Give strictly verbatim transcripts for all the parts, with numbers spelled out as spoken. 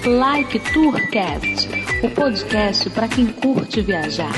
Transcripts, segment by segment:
Like Tourcast, o podcast para quem curte viajar.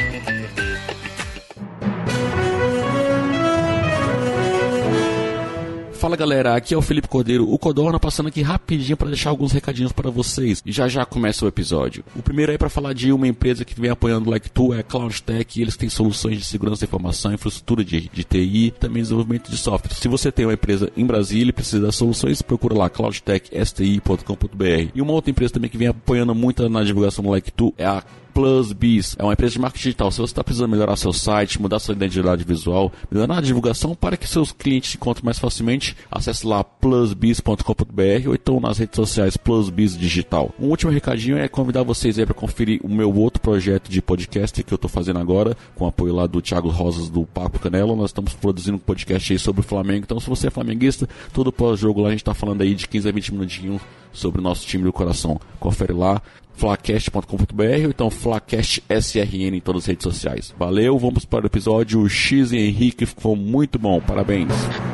Fala galera, aqui é o Felipe Cordeiro, o Codorna, passando aqui rapidinho para deixar alguns recadinhos para vocês e já já começa o episódio. O primeiro aí para falar de uma empresa que vem apoiando o LikeTour é a CloudTech, e eles têm soluções de segurança da informação, infraestrutura de, de T I e também desenvolvimento de software. Se você tem uma empresa em Brasília e precisa das soluções, procura lá cloudtech s t i ponto com ponto b r. E uma outra empresa também que vem apoiando muito na divulgação do LikeTour é a PlusBiz, é uma empresa de marketing digital. Se você está precisando melhorar seu site, mudar sua identidade visual, melhorar a divulgação para que seus clientes te encontrem mais facilmente, acesse lá plus biz ponto com ponto b r ou então nas redes sociais PlusBiz Digital. Um último recadinho é convidar vocês aí para conferir o meu outro projeto de podcast que eu estou fazendo agora, com apoio lá do Thiago Rosas do Papo Canela. Nós estamos produzindo um podcast aí sobre o Flamengo, então se você é flamenguista, todo pós-jogo lá a gente está falando aí de quinze a vinte minutinhos sobre o nosso time do coração. Confere lá, flacast ponto com ponto b r ou então Flacast S R N em todas as redes sociais. Valeu, vamos para o episódio. O X e Henrique ficou muito bom, parabéns.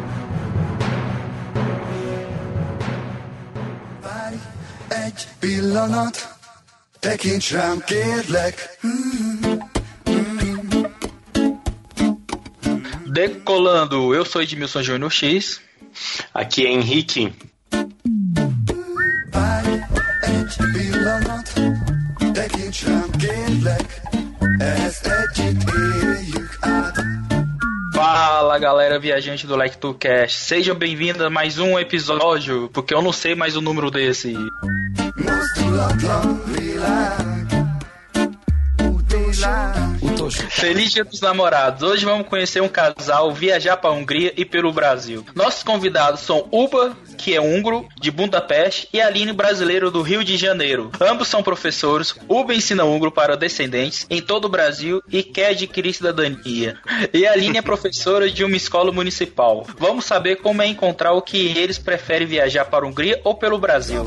Decolando, eu sou Edmilson Júnior X. Aqui é Henrique. Fala galera viajante do LikeTourcast, sejam bem-vindos a mais um episódio, porque eu não sei mais o número desse. Feliz Dia dos Namorados. Hoje vamos conhecer um casal, viajar para a Hungria e pelo Brasil. Nossos convidados são Uba, que é húngaro, de Budapeste, e Aline, brasileiro do Rio de Janeiro. Ambos são professores. Uba ensina húngaro para descendentes em todo o Brasil e quer adquirir cidadania. E a Aline é professora de uma escola municipal. Vamos saber como é encontrar o que eles preferem, viajar para a Hungria ou pelo Brasil.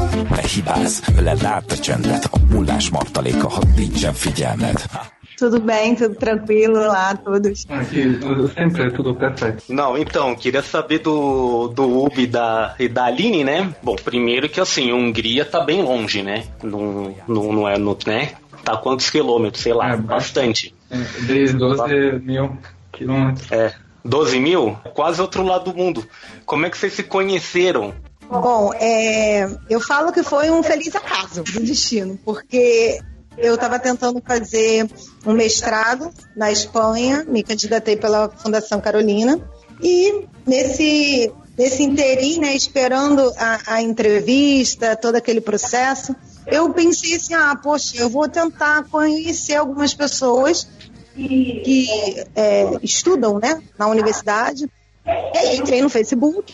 Tudo bem, tudo tranquilo lá, todos. Aqui, tudo, sempre tudo perfeito. Não, então, queria saber do, do Ubi e da, e da Aline, né? Bom, primeiro que assim, a Hungria tá bem longe, né? Não, não, não é, no, né? Tá quantos quilômetros, sei lá, é, bastante. É, dez, doze mil quilômetros. É, doze mil? Quase outro lado do mundo. Como é que vocês se conheceram? Bom, é, eu falo que foi um feliz acaso do destino, porque eu estava tentando fazer um mestrado na Espanha, me candidatei pela Fundação Carolina, e nesse, nesse interim, né, esperando a, a entrevista, todo aquele processo, eu pensei assim, ah, poxa, eu vou tentar conhecer algumas pessoas que é, estudam, né, na universidade. E aí entrei no Facebook,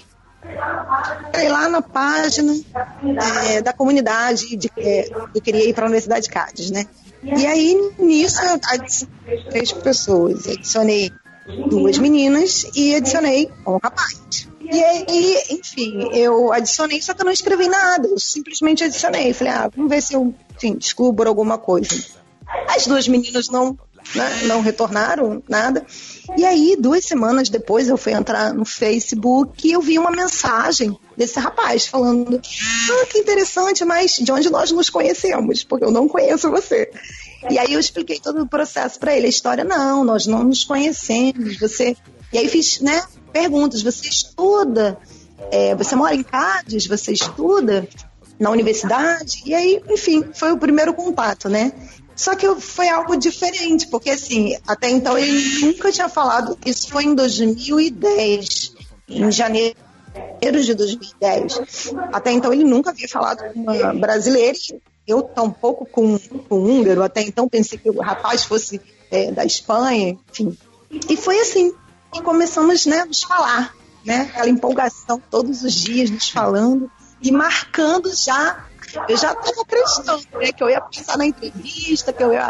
entrei lá na página é, da comunidade de, é, eu queria ir para a Universidade de Cádiz, né? E aí nisso eu adicionei três pessoas, adicionei duas meninas e adicionei um rapaz. E aí, enfim, eu adicionei, só que eu não escrevi nada, eu simplesmente adicionei. Falei, ah, vamos ver se eu, enfim, descubro alguma coisa. As duas meninas não, né, não retornaram nada. E aí, duas semanas depois, eu fui entrar no Facebook e eu vi uma mensagem desse rapaz falando, ah, que interessante, mas de onde nós nos conhecemos? Porque eu não conheço você. E aí eu expliquei todo o processo para ele, a história, não, nós não nos conhecemos, você... E aí fiz, né, perguntas, você estuda, é, você mora em Cádiz, você estuda na universidade? E aí, enfim, foi o primeiro contato, né? Só que foi algo diferente, porque assim, até então ele nunca tinha falado, isso foi em dois mil e dez, em janeiro de dois mil e dez. Até então ele nunca havia falado com uma brasileira, eu tampouco com, com um húngaro, até então pensei que o rapaz fosse é, da Espanha, enfim. E foi assim, que começamos, né, a nos falar, né, aquela empolgação todos os dias nos falando e marcando já. Eu já estava acreditando, né, que eu ia passar na entrevista, que eu ia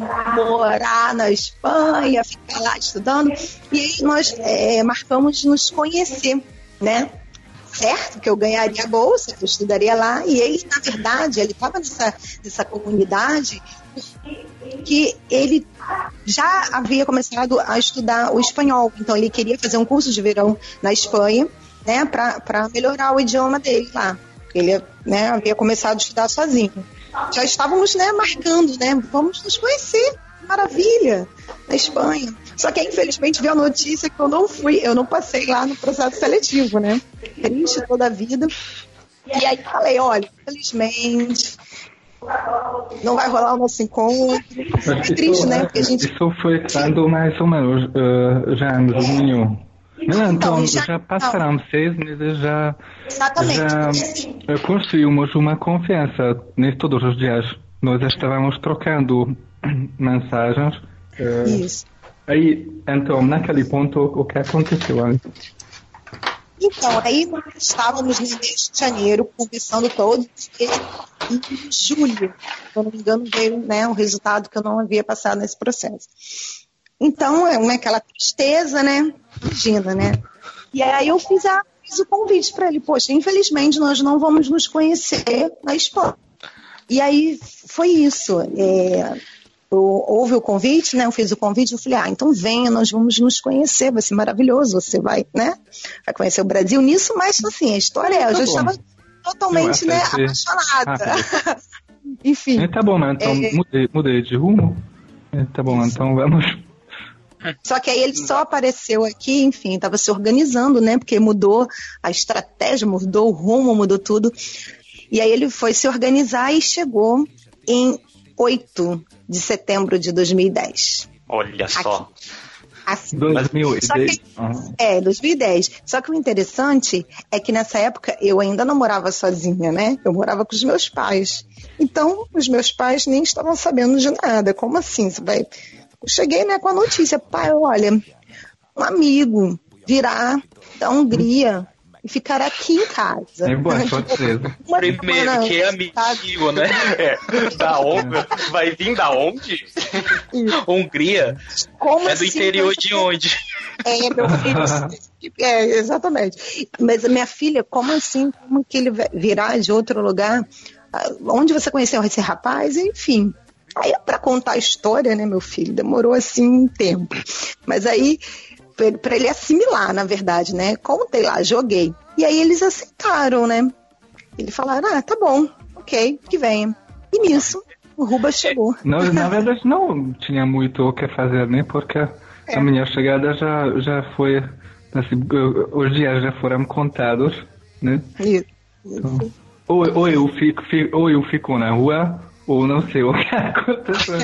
morar na Espanha, ficar lá estudando. E aí nós é, marcamos de nos conhecer, né? Certo que eu ganharia a bolsa, eu estudaria lá. E ele, na verdade, ele estava nessa, nessa comunidade que ele já havia começado a estudar o espanhol. Então ele queria fazer um curso de verão na Espanha, né, para melhorar o idioma dele lá. Ele, né, havia começado a estudar sozinho. Já estávamos, né, marcando, né? Vamos nos conhecer. Maravilha! Na Espanha. Só que, infelizmente, veio a notícia que eu não fui, eu não passei lá no processo seletivo, né? Triste toda a vida. E aí falei, olha, infelizmente, não vai rolar o nosso encontro. É triste, né? Porque a gente... Isso foi quando mais ou menos, uh, já em junho. Não, então, Então, já, já- passaram seis meses, já, Exatamente. já construímos uma confiança. Nem todos os dias nós estávamos trocando mensagens. uh, Isso. Aí, então, naquele ponto, o que aconteceu antes? Então, aí nós estávamos no mês de janeiro, conversando todos, e em julho, se eu não me engano, veio, né, o resultado que eu não havia passado nesse processo. Então, é uma, aquela tristeza, né? Imagina, né? E aí eu fiz, a, fiz o convite para ele, poxa, infelizmente nós não vamos nos conhecer na Espanha. E aí foi isso. É, eu- houve o convite, né? Eu fiz o convite, eu falei, ah, então venha, nós vamos nos conhecer, vai ser maravilhoso, você vai, né? Vai conhecer o Brasil nisso, mas assim, a história é, eu Tá já bom. estava totalmente, Eu né, aceitei. apaixonada. Enfim. É, tá bom, mas então É. mudei, mudei de rumo. É, tá bom, então vamos. Só que aí ele só apareceu aqui, enfim, estava se organizando, né? Porque mudou a estratégia, mudou o rumo, mudou tudo. E aí ele foi se organizar e chegou em oito de setembro de dois mil e dez. Olha só. Assim. dois mil e Só dez. que- Ah, É, dois mil e dez. Só que o interessante é que nessa época eu ainda não morava sozinha, né? Eu morava com os meus pais. Então, os meus pais nem estavam sabendo de nada. Como assim? Você vai... Eu cheguei, né, com a notícia. Pai, olha, um amigo virá da Hungria e ficar aqui em casa. é boa surpresa. Uma Primeiro, semana que é antes, sabe? amigo, né? É, da onde? Vai vir da onde? Hungria Como é do assim, interior você- de onde? É, meu filho. É, exatamente. Mas a minha filha, como assim? Como que ele vai virar de outro lugar? Ah, Onde você conheceu esse rapaz? Enfim. Aí, para contar a história, né, meu filho, demorou assim um tempo. Mas aí, para ele assimilar, na verdade, né? Contei lá, joguei. E aí eles aceitaram, né? Eles falaram, ah, tá bom, ok, que venha. E nisso, o Ruba chegou. Não, na verdade não tinha muito o que fazer, né? Porque a minha chegada já, já foi, assim, os dias já foram contados, né? Isso. Ou, ou, eu fico, fico, ou eu fico na rua, ou não sei o que aconteceu.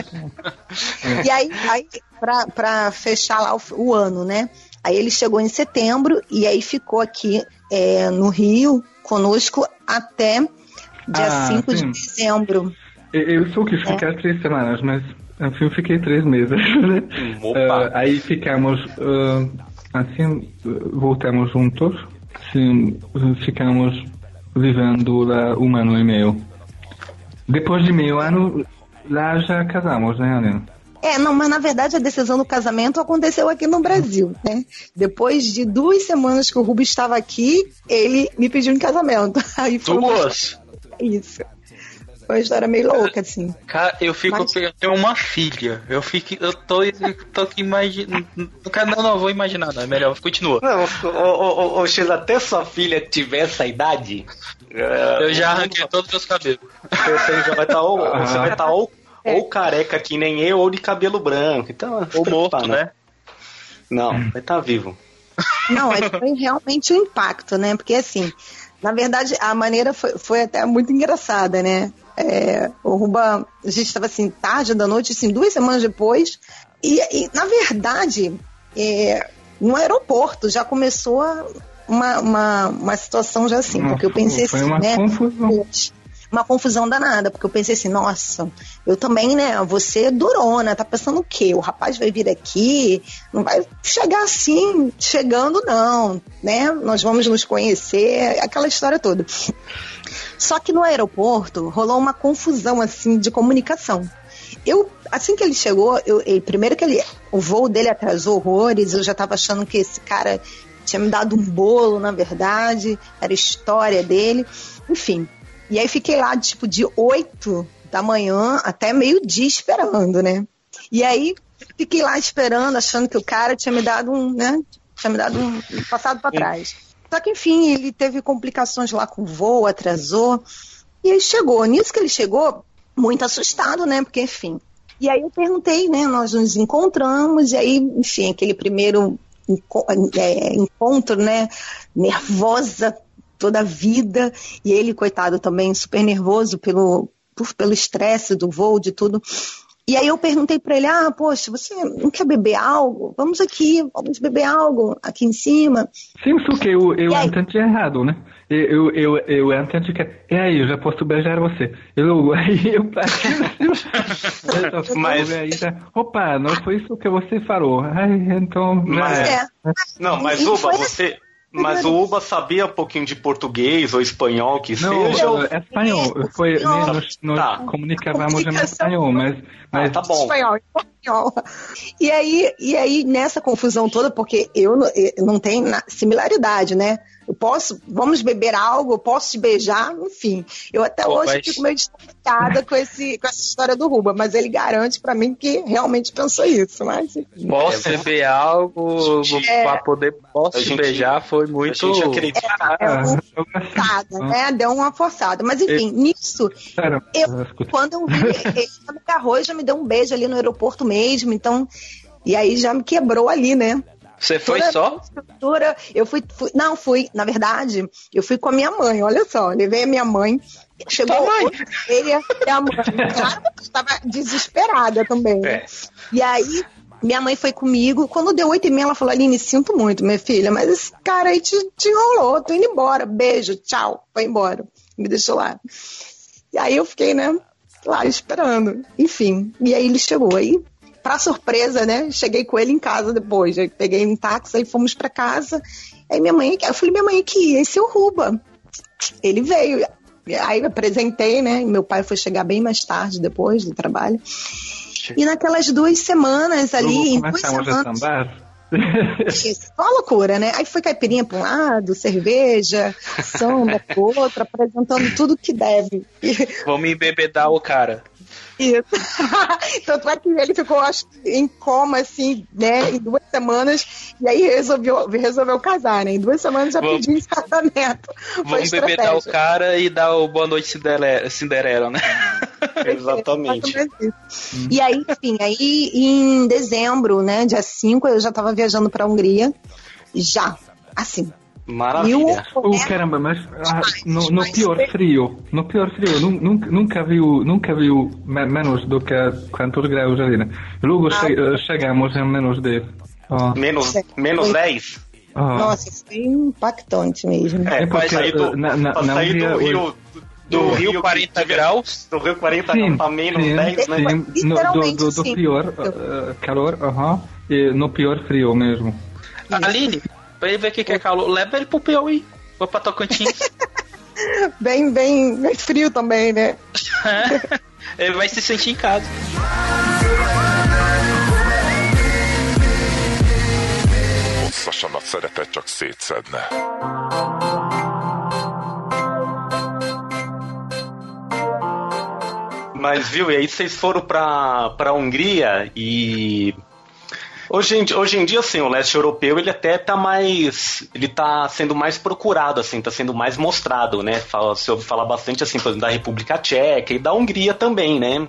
E aí, aí pra, pra fechar lá o, o ano, né? Aí ele chegou em setembro e aí ficou aqui é, no Rio conosco até dia Ah, cinco sim. de dezembro. Eu, eu só quis ficar três semanas, mas enfim, eu fiquei três meses. Né? Opa. Ah, aí ficamos, ah, assim, voltamos juntos. Sim, ficamos vivendo lá um ano e meio. Depois de meio ano, lá já casamos, né, Helena? É, não, mas na verdade a decisão do casamento aconteceu aqui no Brasil, né? Depois de duas semanas que o Rubio estava aqui, ele me pediu em casamento. Aí foi uma- Duas? Isso. Foi uma história meio louca, assim. Cara, eu fico. Mas- Eu tenho uma filha. Eu fico. Eu tô, eu tô aqui imaginando. Não, não, vou imaginar, não. É melhor. Continua. Não, ô, ô, ô, X, até sua filha tiver essa idade, é, Eu já arranquei todos os meus cabelos. você já vai estar ou, Ah. você vai estar ou, ou careca que nem eu, ou de cabelo branco. Então, Ou morto, né? Não, vai estar vivo. Não, é, foi realmente um impacto, né? Porque assim, na verdade, a maneira foi, foi até muito engraçada, né? É, o Ruba, a gente estava assim, tarde da noite, assim, duas semanas depois, e, e, na verdade, é, no aeroporto já começou a- uma, uma, uma situação já assim, porque eu pensei Foi assim, uma né? confusão. Uma confusão danada, porque eu pensei assim, nossa, eu também, né, você é durona, tá pensando o quê? O rapaz vai vir aqui, não vai chegar assim, chegando não, né? Nós vamos nos conhecer, aquela história toda. Só que no aeroporto rolou uma confusão, assim, de comunicação. Eu, assim que ele chegou, eu, ele, primeiro que ele, o voo dele atrasou horrores, eu já tava achando que esse cara tinha me dado um bolo, na verdade, era a história dele, enfim. E aí fiquei lá, tipo, de oito da manhã até meio-dia esperando, né? E aí fiquei lá esperando, achando que o cara tinha me dado um, né? Tinha me dado um, um passado pra trás. Só que, enfim, ele teve complicações lá com o voo, atrasou. E aí chegou. Nisso que ele chegou, muito assustado, né? Porque, enfim. E aí eu perguntei, né? Nós nos encontramos, e aí, enfim, aquele primeiro enco- é, encontro, né? Nervosa toda a vida. E ele, coitado, também super nervoso pelo por, pelo estresse do voo, de tudo. E aí eu perguntei para ele, ah, poxa, você não quer beber algo? Vamos aqui, vamos beber algo aqui em cima. Sim, só que eu, eu entendi errado, né? Eu, eu, eu entendi que, e aí, eu já posso beijar você. Eu, aí eu mas aí, opa, não foi isso que você falou. Ai, então... Mas, é. Não, mas Uba, você... Mas o Uba sabia um pouquinho de português ou espanhol, que não, seja? Não, é espanhol. Foi, nós nós tá. comunicávamos em espanhol, mas... mas... Ah, tá bom. Espanhol, espanhol. E aí, e aí, nessa confusão toda, porque eu não, eu não tenho similaridade, né? Eu posso, vamos beber algo, eu posso te beijar, enfim. Eu até Pô, hoje mas... fico meio desconfiada com, esse, com essa história do Ruba, mas ele garante pra mim que realmente pensou isso. Mas, posso é, beber algo é, pra poder posso te gente, beijar, foi muito... A gente acredita. É, é uma forçada, né? Deu uma forçada. Mas enfim, nisso, eu, quando eu vi, ele já me agarrou, já me deu um beijo ali no aeroporto mesmo, então... E aí já me quebrou ali, né? Você foi Toda só? Eu fui, fui, não, fui, na verdade, eu fui com a minha mãe, olha só, levei a minha mãe, chegou ele e a mãe, claro, eu estava desesperada também, né? É. E aí, minha mãe foi comigo, quando deu oito e meia, ela falou, Aline, sinto muito, minha filha, mas esse cara aí te, te enrolou, tô indo embora, beijo, tchau, foi embora, me deixou lá. E aí eu fiquei, né, lá esperando, enfim, e aí ele chegou, aí... Pra surpresa, né? Cheguei com ele em casa depois. Eu peguei um táxi, aí fomos pra casa. Aí minha mãe, eu falei, minha mãe aqui, esse é o Ruba. Ele veio. Aí eu apresentei, né? E meu pai foi chegar bem mais tarde, depois do trabalho. E naquelas duas semanas ali, em duas semanas... Isso, uma loucura, né? Aí foi caipirinha pra um lado, cerveja, samba pro outro, apresentando tudo que deve. Vamos embebedar o cara. Isso. Tanto é que ele ficou, acho, em coma, assim, né, em duas semanas, e aí resolveu, resolveu casar, né? Em duas semanas já pediu em casamento. Vamos bebedar o cara e dar o boa noite Cinderela, Cinderela, né? Exatamente. E aí, enfim, aí em dezembro, né, dia cinco, eu já tava viajando pra Hungria, já, assim. Maravilha. Oh, caramba, mas ah, no, no pior frio, no pior frio, nunca, nunca viu, nunca viu menos do que quantos graus ali, né? Logo ah, che chegamos em menos de... Oh. Menos, menos dez? Oh. Nossa, isso foi impactante mesmo. É, para sair do, na, na, pra sair do Rio... Do, do Rio quarenta graus? Do Rio quarenta graus para menos sim, dez, né? Sim, no, do, do, do pior uh, calor, uh-huh, e no pior frio mesmo. Aline... Pra ele ver o que, que é calor, leva ele pro Piauí, ou pra Tocantins. bem, bem, bem frio também, né? Ele vai se sentir em casa. Hosszasanat szeretett csak szétszedne. Mas viu, e aí vocês foram pra, pra Hungria e... Hoje em, hoje em dia, assim, o leste europeu, ele até tá mais... Ele tá sendo mais procurado, assim, tá sendo mais mostrado, né? Fala, se ouve falar bastante, assim, por exemplo, da República Tcheca e da Hungria também, né?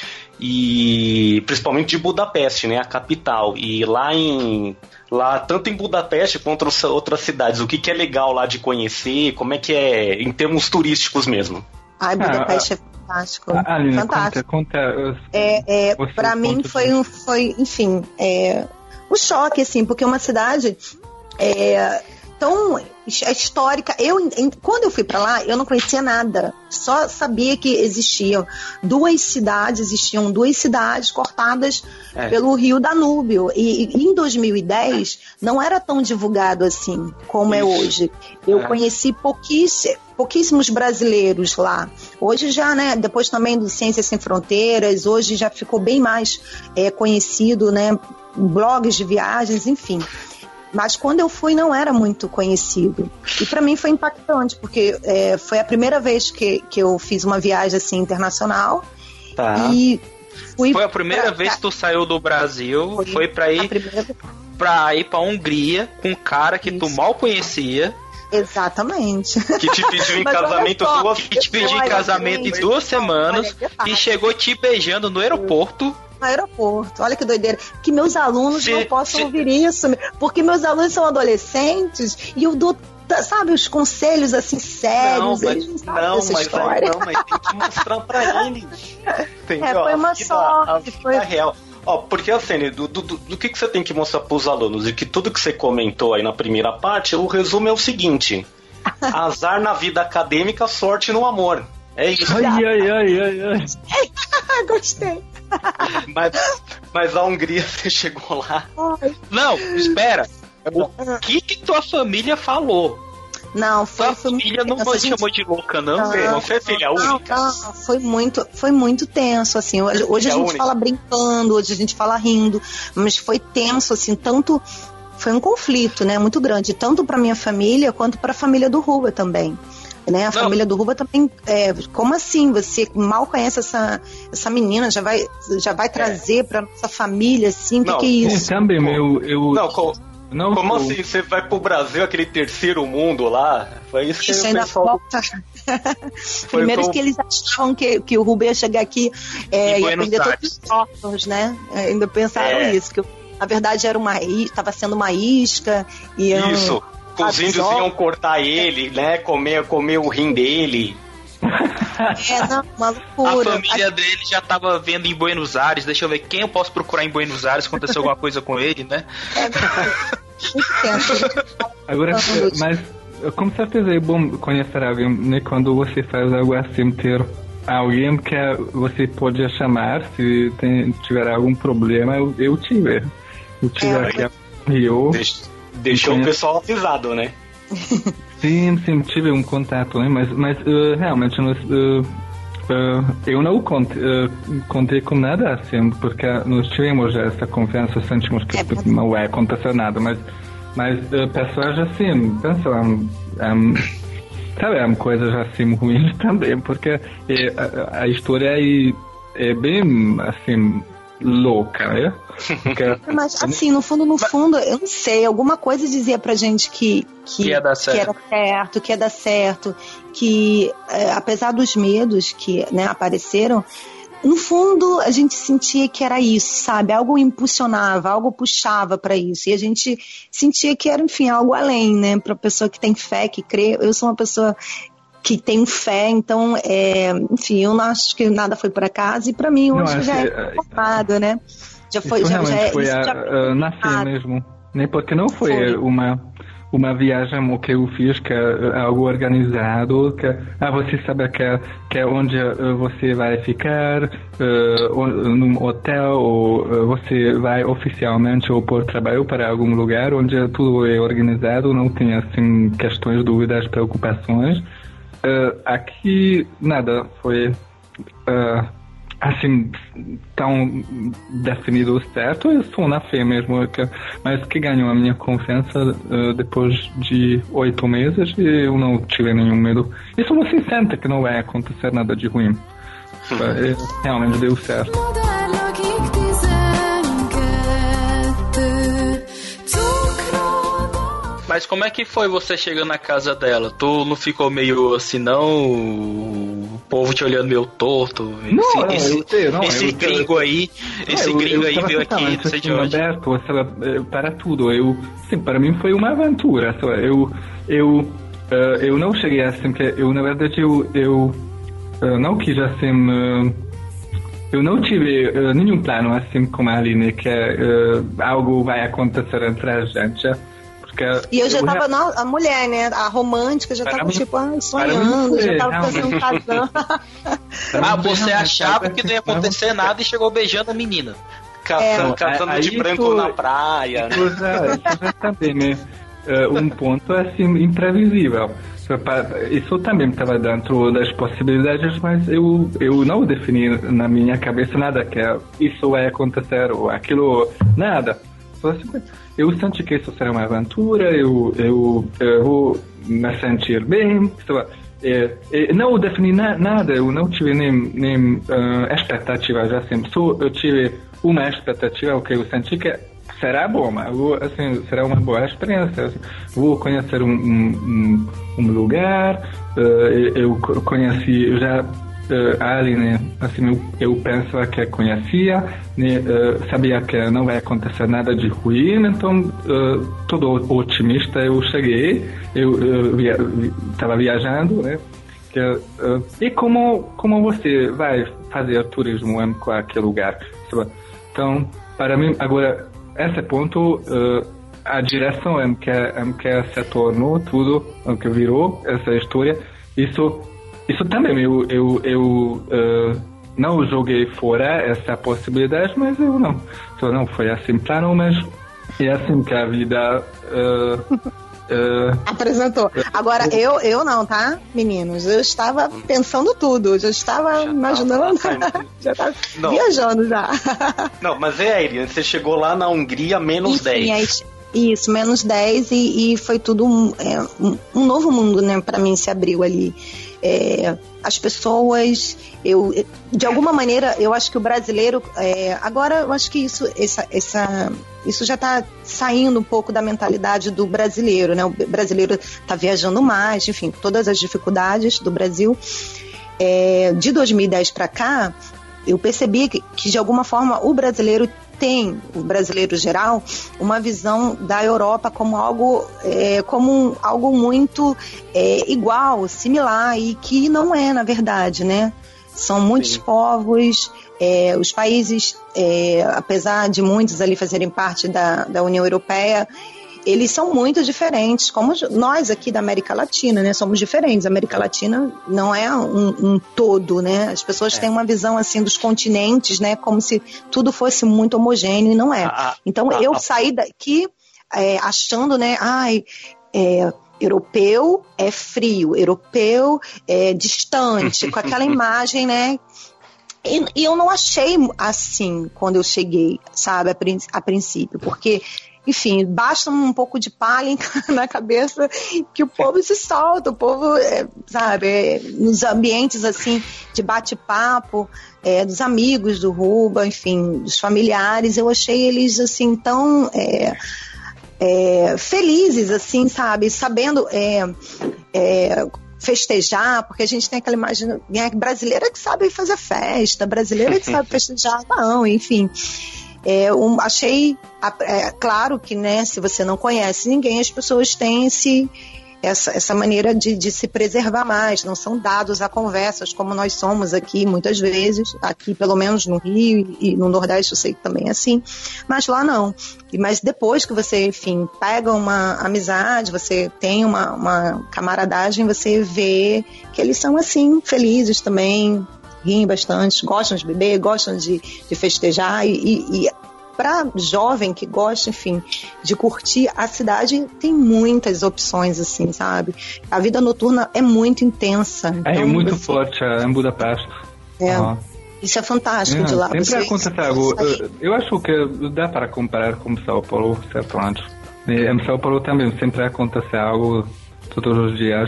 E principalmente de Budapeste, né? A capital. E lá em... Lá, tanto em Budapeste quanto em outras cidades, o que, que é legal lá de conhecer, como é que é em termos turísticos mesmo? Ai, Budapeste ah, é fantástico. Ah, Aline, fantástico. Conta, conta, é, é, pra mim foi, um, foi, enfim, é, um choque, assim, porque é uma cidade é, tão histórica. Eu, em, quando eu fui pra lá, eu não conhecia nada. Só sabia que existiam duas cidades, existiam duas cidades cortadas é. pelo rio Danúbio. E, e em dois mil e dez não era tão divulgado assim como Isso. é hoje. Eu é. conheci pouquíssimos, pouquíssimos brasileiros lá. Hoje já, né, depois também do Ciências Sem Fronteiras, hoje já ficou bem mais é, conhecido, né, blogs de viagens, enfim. Mas quando eu fui não era muito conhecido. E para mim foi impactante, porque é, foi a primeira vez que, que eu fiz uma viagem assim internacional. Tá. E fui foi a primeira pra... vez que tu saiu do Brasil, foi, foi para ir primeira... para ir para Hungria com um cara que tu mal conhecia. Exatamente. Que te pediu em casamento só, duas Que te pediu em casamento em duas semanas e chegou te beijando no aeroporto. No aeroporto, olha que doideira. Que meus alunos Se, não possam se... ouvir isso, porque meus alunos são adolescentes e eu dou, sabe, os conselhos assim sérios. Não, eles mas, não sabem não, dessa mas, história. não, mas tem que mostrar pra eles. Entendeu? É, foi uma a vida, sorte. a vida Foi... real. Ó, porque assim, do, do, do que, que você tem que mostrar pros alunos? E que tudo que você comentou aí na primeira parte, o resumo é o seguinte: azar na vida acadêmica, sorte no amor. É isso. Ai, ai, ai, ai, ai. Gostei. Mas, mas a Hungria, você chegou lá. Não, espera. O que que tua família falou? Não, foi, Tua foi família não tenso, te chamou de louca, não? Não, Você é filha não, única? não, foi muito, foi muito tenso, assim. Hoje, hoje a Filha gente única. fala brincando, hoje a gente fala rindo, mas foi tenso, assim, tanto. Foi um conflito, né, muito grande, tanto para minha família quanto para a família do Ruba também. Né? A Não. família do Ruba também. É, como assim? Você mal conhece essa, essa menina, já vai, já vai trazer para nossa família, assim? O que, Não, que é isso? Sim, também, eu, eu Não, co- não como sou- assim? Você vai pro Brasil, aquele terceiro mundo lá? Foi isso que Isso o ainda pessoal. volta. Primeiro com- que eles achavam que, que o Ruba ia chegar aqui é, Em e Buenos aprender Aires. todos os órgãos, né? É, ainda pensaram É. isso, que na verdade era uma estava sendo uma isca e iam- Isso. Que os índios Absorve. iam cortar ele, né? Comer, comer o rim dele. É, não, uma A loucura. família dele já tava vendo em Buenos Aires. Deixa eu ver quem eu posso procurar em Buenos Aires se aconteceu alguma coisa com ele, né? Muito tenso. Agora, mas com certeza é bom conhecer alguém, né? Quando você faz algo assim, ter alguém que você pode chamar se tem, tiver algum problema. Eu, eu tive. Eu tive É, aqui no Rio. Deix- Deixou o pessoal avisado, né? Sim, sim, tive um contato, né? Mas, mas uh, realmente nós, uh, uh, eu não contei, uh, contei com nada assim, porque nós tivemos já essa confiança, sentimos que É verdade. não vai acontecer nada, mas, mas uh, pessoas assim pensam, um, sabe, um, coisas assim ruins também, porque é, a, a história é, é bem assim louca, né? Porque, Mas assim, no fundo, no fundo, eu não sei, alguma coisa dizia pra gente que, que, Que ia dar certo. que era certo, que ia dar certo, que é, apesar dos medos que, né, apareceram, no fundo a gente sentia que era isso, sabe? Algo impulsionava, algo puxava pra isso. E a gente sentia que era, enfim, algo além, né? Pra pessoa que tem fé, que crê. Eu sou uma pessoa que tem fé, então, é, enfim, eu não acho que nada foi por acaso, e pra mim Não, hoje acho já que, é formado, né? Já foi, isso já, já, realmente é- foi isso a, já a, na fé formado. mesmo, né? Porque não foi, Foi. uma uma viagem que eu fiz que é algo organizado, que ah, você sabe que é, que é onde uh, você vai ficar, uh, num hotel, ou uh, você vai oficialmente ou por trabalho para algum lugar onde tudo é organizado, não tem assim questões, dúvidas, preocupações. Uh, aqui nada, foi uh, assim tão definido certo. Eu sou na fé mesmo, que, mas que ganhou a minha confiança uh, depois de oito meses e eu não tive nenhum medo. Isso você sente que não vai acontecer nada de ruim. Uh, realmente deu certo. Mas como é que foi você chegando na casa dela? Tu não ficou meio assim, não? O povo te olhando meio torto? Não, esse não, esse, eu sei, não, esse eu- gringo aí, esse eu, gringo eu aí tava veio aqui, totalmente, não sei de assim, onde. aberto, sabe, para tudo. Eu, sim, para mim foi uma aventura. Sabe? Eu, eu, uh, eu não cheguei assim, que eu na verdade eu, eu uh, não quis assim. Uh, eu não tive uh, nenhum plano assim como a Aline, que uh, algo vai acontecer entre a gente. Porque E eu já eu tava, na, a mulher, né, a romântica, já Para tava mim- tipo, ai, para mim sonhando, foi, já tava realmente. fazendo um casão. Ah, você Realmente, achava sabe, que não ia assim, acontecer nada e chegou beijando a menina. Caçando, É. caçando Aí de branco isso- na praia, né? Isso já, isso já também, né? Uh, um ponto assim imprevisível. Isso também estava dentro das possibilidades, mas eu, eu não defini na minha cabeça nada que isso vai acontecer ou aquilo, nada. Só assim, eu senti que isso será uma aventura, eu, eu, eu vou me sentir bem. É, é, não defini na, nada, eu não tive nem, nem uh, expectativas assim. Só eu tive uma expectativa, o que eu senti que será bom, mas assim, será uma boa experiência. Assim, vou conhecer um, um, um lugar, uh, eu conheci, eu já uh, ali, né, assim, eu, eu pensava que conhecia, né, uh, sabia que não vai acontecer nada de ruim, então uh, todo otimista eu cheguei, eu estava uh, via, viajando, né, que, uh, e como, como você vai fazer turismo com aquele lugar? Então, para mim, agora, esse ponto, uh, a direção em que, em que se tornou tudo, em que virou essa história, isso, isso também eu, eu, eu uh, não joguei fora essa possibilidade, mas eu não. Então, não foi assim plano, mas é assim que a vida... Uh, uh, apresentou. Agora, eu, eu não, tá, meninos? Eu estava pensando tudo, já estava já imaginando, tava, já estava viajando já. Não, mas é, Eliane, você chegou lá na Hungria menos Enfim, dez. É, isso, menos dez e, e foi tudo um, é, um, um novo mundo, né, pra mim se abriu ali. É, as pessoas, eu, de alguma maneira, eu acho que o brasileiro, é, agora eu acho que isso, essa, essa, isso já está saindo um pouco da mentalidade do brasileiro, né? O brasileiro está viajando mais, enfim, todas as dificuldades do Brasil. É, de dois mil e dez para cá, eu percebi que, que de alguma forma o brasileiro tem, o brasileiro geral, uma visão da Europa como algo, é, como um, algo muito é, igual, similar, e que não é, na verdade, né? São muitos Sim. povos, é, os países, é, apesar de muitos ali fazerem parte da, da União Europeia, eles são muito diferentes, como nós aqui da América Latina, né? Somos diferentes. A América Latina não é um, um todo, né? As pessoas é. têm uma visão assim dos continentes, né? Como se tudo fosse muito homogêneo, e não é. Ah, então ah, eu ah, saí daqui é, achando, né? Ai, é, europeu é frio, europeu é distante, com aquela imagem, né? E, e eu não achei assim quando eu cheguei, sabe, a, prin- a princípio, porque enfim, basta um pouco de palha na cabeça que o povo se solta, o povo, é, sabe, é, nos ambientes assim de bate-papo, é, dos amigos do Ruba, enfim, dos familiares, eu achei eles assim tão é, é, felizes, assim, sabe, sabendo é, é, festejar, porque a gente tem aquela imagem né, brasileira que sabe fazer festa, brasileira que sabe festejar, não, enfim. É, um, achei, é, claro que, né, se você não conhece ninguém, as pessoas têm esse, essa, essa maneira de, de se preservar mais, não são dados a conversas como nós somos aqui, muitas vezes, aqui pelo menos no Rio e, e no Nordeste eu sei que também é assim, mas lá não. E, mas depois que você, enfim, pega uma amizade, você tem uma, uma camaradagem, você vê que eles são assim, felizes também, riem bastante, gostam de beber, gostam de, de festejar e, e, e para jovem que gosta, enfim, de curtir, a cidade tem muitas opções, assim, sabe? A vida noturna é muito intensa. É, então, muito você... forte é, em Budapeste. É, uhum. Isso é fantástico é, de lá. Sempre você, acontece algo. Eu acho que dá para comparar com São Paulo, certamente. E em São Paulo também sempre acontece algo todos os dias.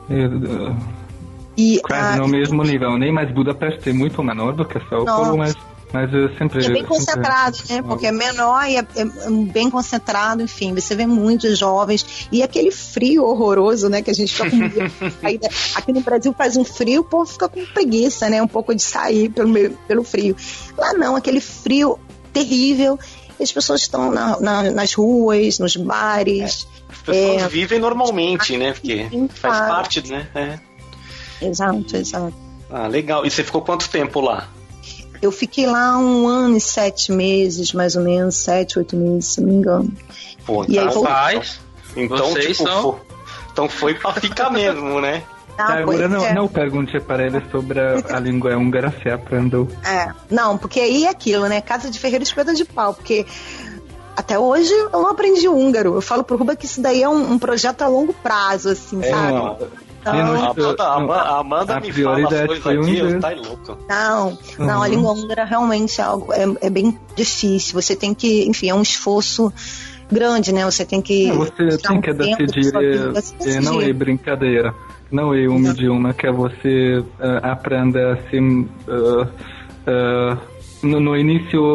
E, E, quase ah, no mesmo nível, nem mais Budapeste é muito menor do que São Paulo, mas, mas sempre... É bem concentrado, sempre... né? Porque é menor e é, é bem concentrado, enfim, você vê muitos jovens, e aquele frio horroroso, né, que a gente fica com medo. Aqui no Brasil faz um frio, o povo fica com preguiça, né, um pouco de sair pelo, pelo frio. Lá não, aquele frio terrível, e as pessoas estão na, na, nas ruas, nos bares. É. As pessoas é, vivem normalmente, né, porque faz parte, né, é. Exato, exato. Ah, legal. E você ficou quanto tempo lá? Eu fiquei lá um ano e sete meses, mais ou menos, sete, oito meses, se não me engano. Pô, e aí faz. Então, Vocês tipo, são... foi, então foi pra ficar mesmo, né? Não, Agora não, é. não pergunte para ele sobre a, a língua húngara, se aprendeu. É, não, porque aí é aquilo, né? Casa de ferreiro, espeto de pau, porque até hoje eu não aprendi húngaro. Eu falo pro Ruba que isso daí é um, um projeto a longo prazo, assim, é, sabe? Não. Não, a Amanda, a Amanda, a Amanda a me fala as coisas aqui, eu tá louca. Não, não, uhum. A língua húngara realmente é, algo, é, é bem difícil. Você tem que, enfim, é um esforço grande, né? Você tem que... É, você tem um que decidir, é, é, não é brincadeira. Não é um idioma que você uh, aprenda assim... Uh, uh, no, no início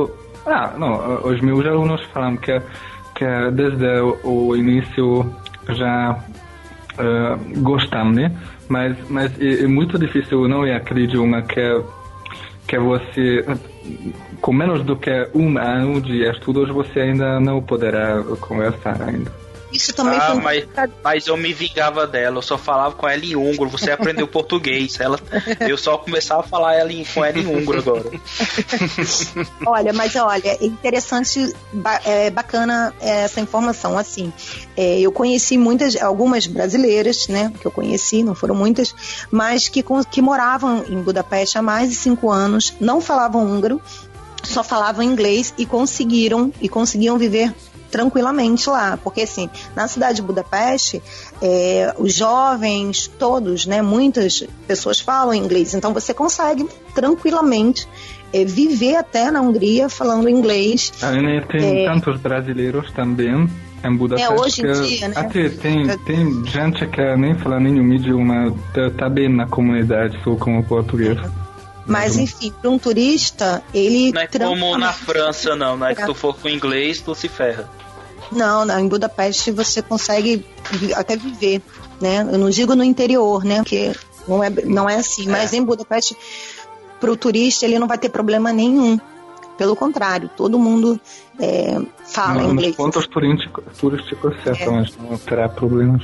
Ah, não, os meus alunos falam que, que desde o início já uh, gostam, né? Mas, mas é, é muito difícil, não é aquele idioma que, que você, com menos do que um ano de estudos, você ainda não poderá conversar ainda. Isso também ah, foi... mas, mas eu me vingava dela, eu só falava com ela em húngaro, você aprendeu português, ela, eu só começava a falar ela em, com ela em húngaro agora. Olha, mas olha, é interessante, é bacana essa informação, assim, é, eu conheci muitas, algumas brasileiras, né, que eu conheci, não foram muitas, mas que, que moravam em Budapeste há mais de cinco anos, não falavam húngaro, só falavam inglês e conseguiram, e conseguiam viver tranquilamente lá, porque assim, na cidade de Budapeste, é, os jovens todos, né, muitas pessoas falam inglês, então você consegue tranquilamente é, viver até na Hungria falando inglês. Tem é, tantos brasileiros também em Budapeste. É, hoje em que, dia, né? Até tem, tem gente que nem fala nenhum idioma, está bem na comunidade, só como português. Mas enfim, para um turista, ele... Não é como na França, não, não é que tu for com inglês, tu se ferra. Não, não, em Budapeste você consegue até viver, né? Eu não digo no interior, né? Porque não é, não é assim, mas em Budapeste, para o turista, ele não vai ter problema nenhum. Pelo contrário, todo mundo é, fala não, inglês. Nos pontos turísticos, turísticos certamente é. Não terá problemas.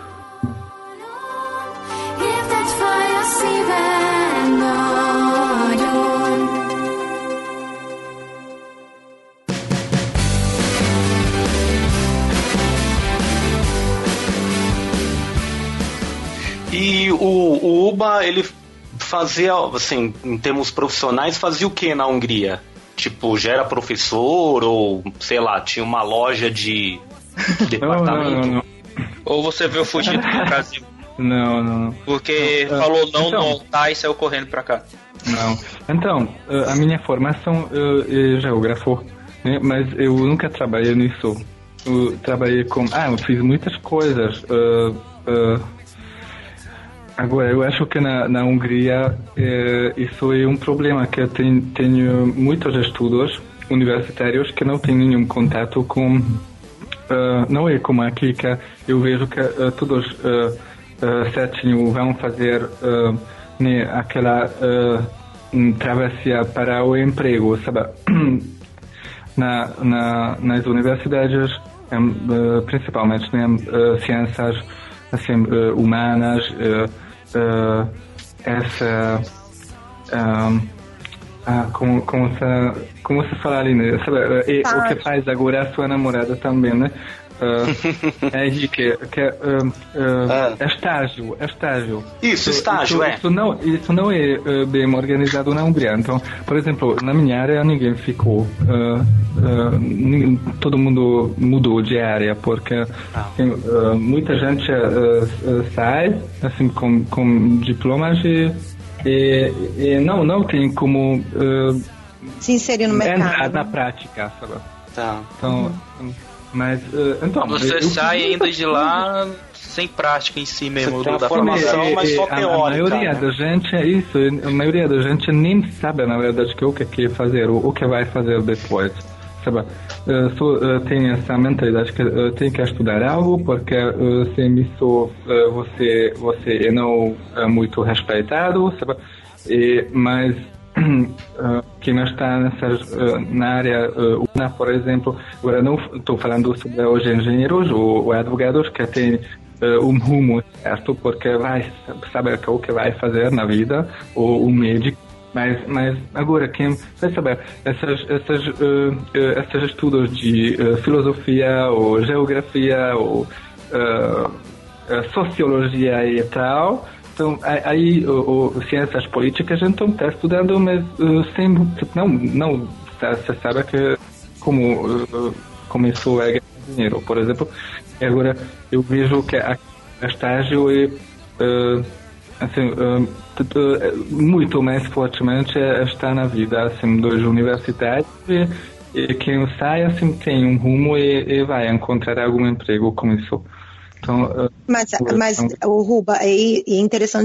E o, o Uba, ele fazia, assim, em termos profissionais, fazia o que na Hungria? Tipo, já era professor ou, sei lá, tinha uma loja de departamento? Não, não, não. Ou você veio fugido do Brasil? Não, não. Porque não, falou não então, no altar e saiu correndo pra cá. Não. Então, a minha formação é geógrafo, né? Mas eu nunca trabalhei nisso. Eu trabalhei com... Ah, eu fiz muitas coisas. Uh, uh, Agora, eu acho que na, na Hungria eh, isso é um problema, que eu tenho, tenho muitos estudos universitários que não têm nenhum contato com... Uh, não é como aqui, que eu vejo que uh, todos uh, uh, certinho vão fazer uh, né, aquela uh, travessia para o emprego, sabe? na, na, nas universidades, um, uh, principalmente né, uh, ciências assim, uh, humanas, uh, uh, essa um, ah, como, como, se, como se fala ali, né? Sabe, e o que faz agora a sua namorada também, né? Uh, é que, que uh, uh, ah. é estágio, é estágio. Isso, estágio, isso, é. Isso não, isso não é uh, bem organizado na Hungria. Então, por exemplo, na minha área ninguém ficou. Uh, uh, ninguém, todo mundo mudou de área, porque ah. tem, uh, muita gente uh, uh, sai assim, com, com diplomas e, e, e não, não tem como uh, se inserir no mercado. Entrar na prática, sabe? Tá. Então... Uhum. Mas, uh, então... Você eu, sai eu... ainda de lá sem prática em si mesmo. Você tem da a formação, é, mas só a, teórica. A maioria né? da gente é isso. A maioria da gente nem sabe, na verdade, que o que quer fazer, o, o que vai fazer depois. Sabe? Uh, só, uh, tem essa mentalidade que uh, tem que estudar algo, porque uh, sem isso uh, você, você é não é muito respeitado, sabe? E, mas... Uh, quem está nessas, uh, na área uh, uma, por exemplo, agora não estou falando sobre os engenheiros ou, ou advogados que têm uh, um rumo certo, porque vai saber o que vai fazer na vida, ou um médico, mas, mas agora quem vai saber esses, esses, uh, uh, esses estudos de uh, filosofia ou geografia ou uh, uh, sociologia e tal. Então, aí, o, o, ciências políticas, então, está estudando, mas uh, sem, não, não você sabe que como uh, começou a ganhar dinheiro, por exemplo, e agora eu vejo que a, a estágio é uh, assim, uh, uh, muito mais fortemente está na vida assim, dos universitários e, e quem sai assim, tem um rumo e, e vai encontrar algum emprego com isso. Então, mas, mas o Ruba, é, é interessante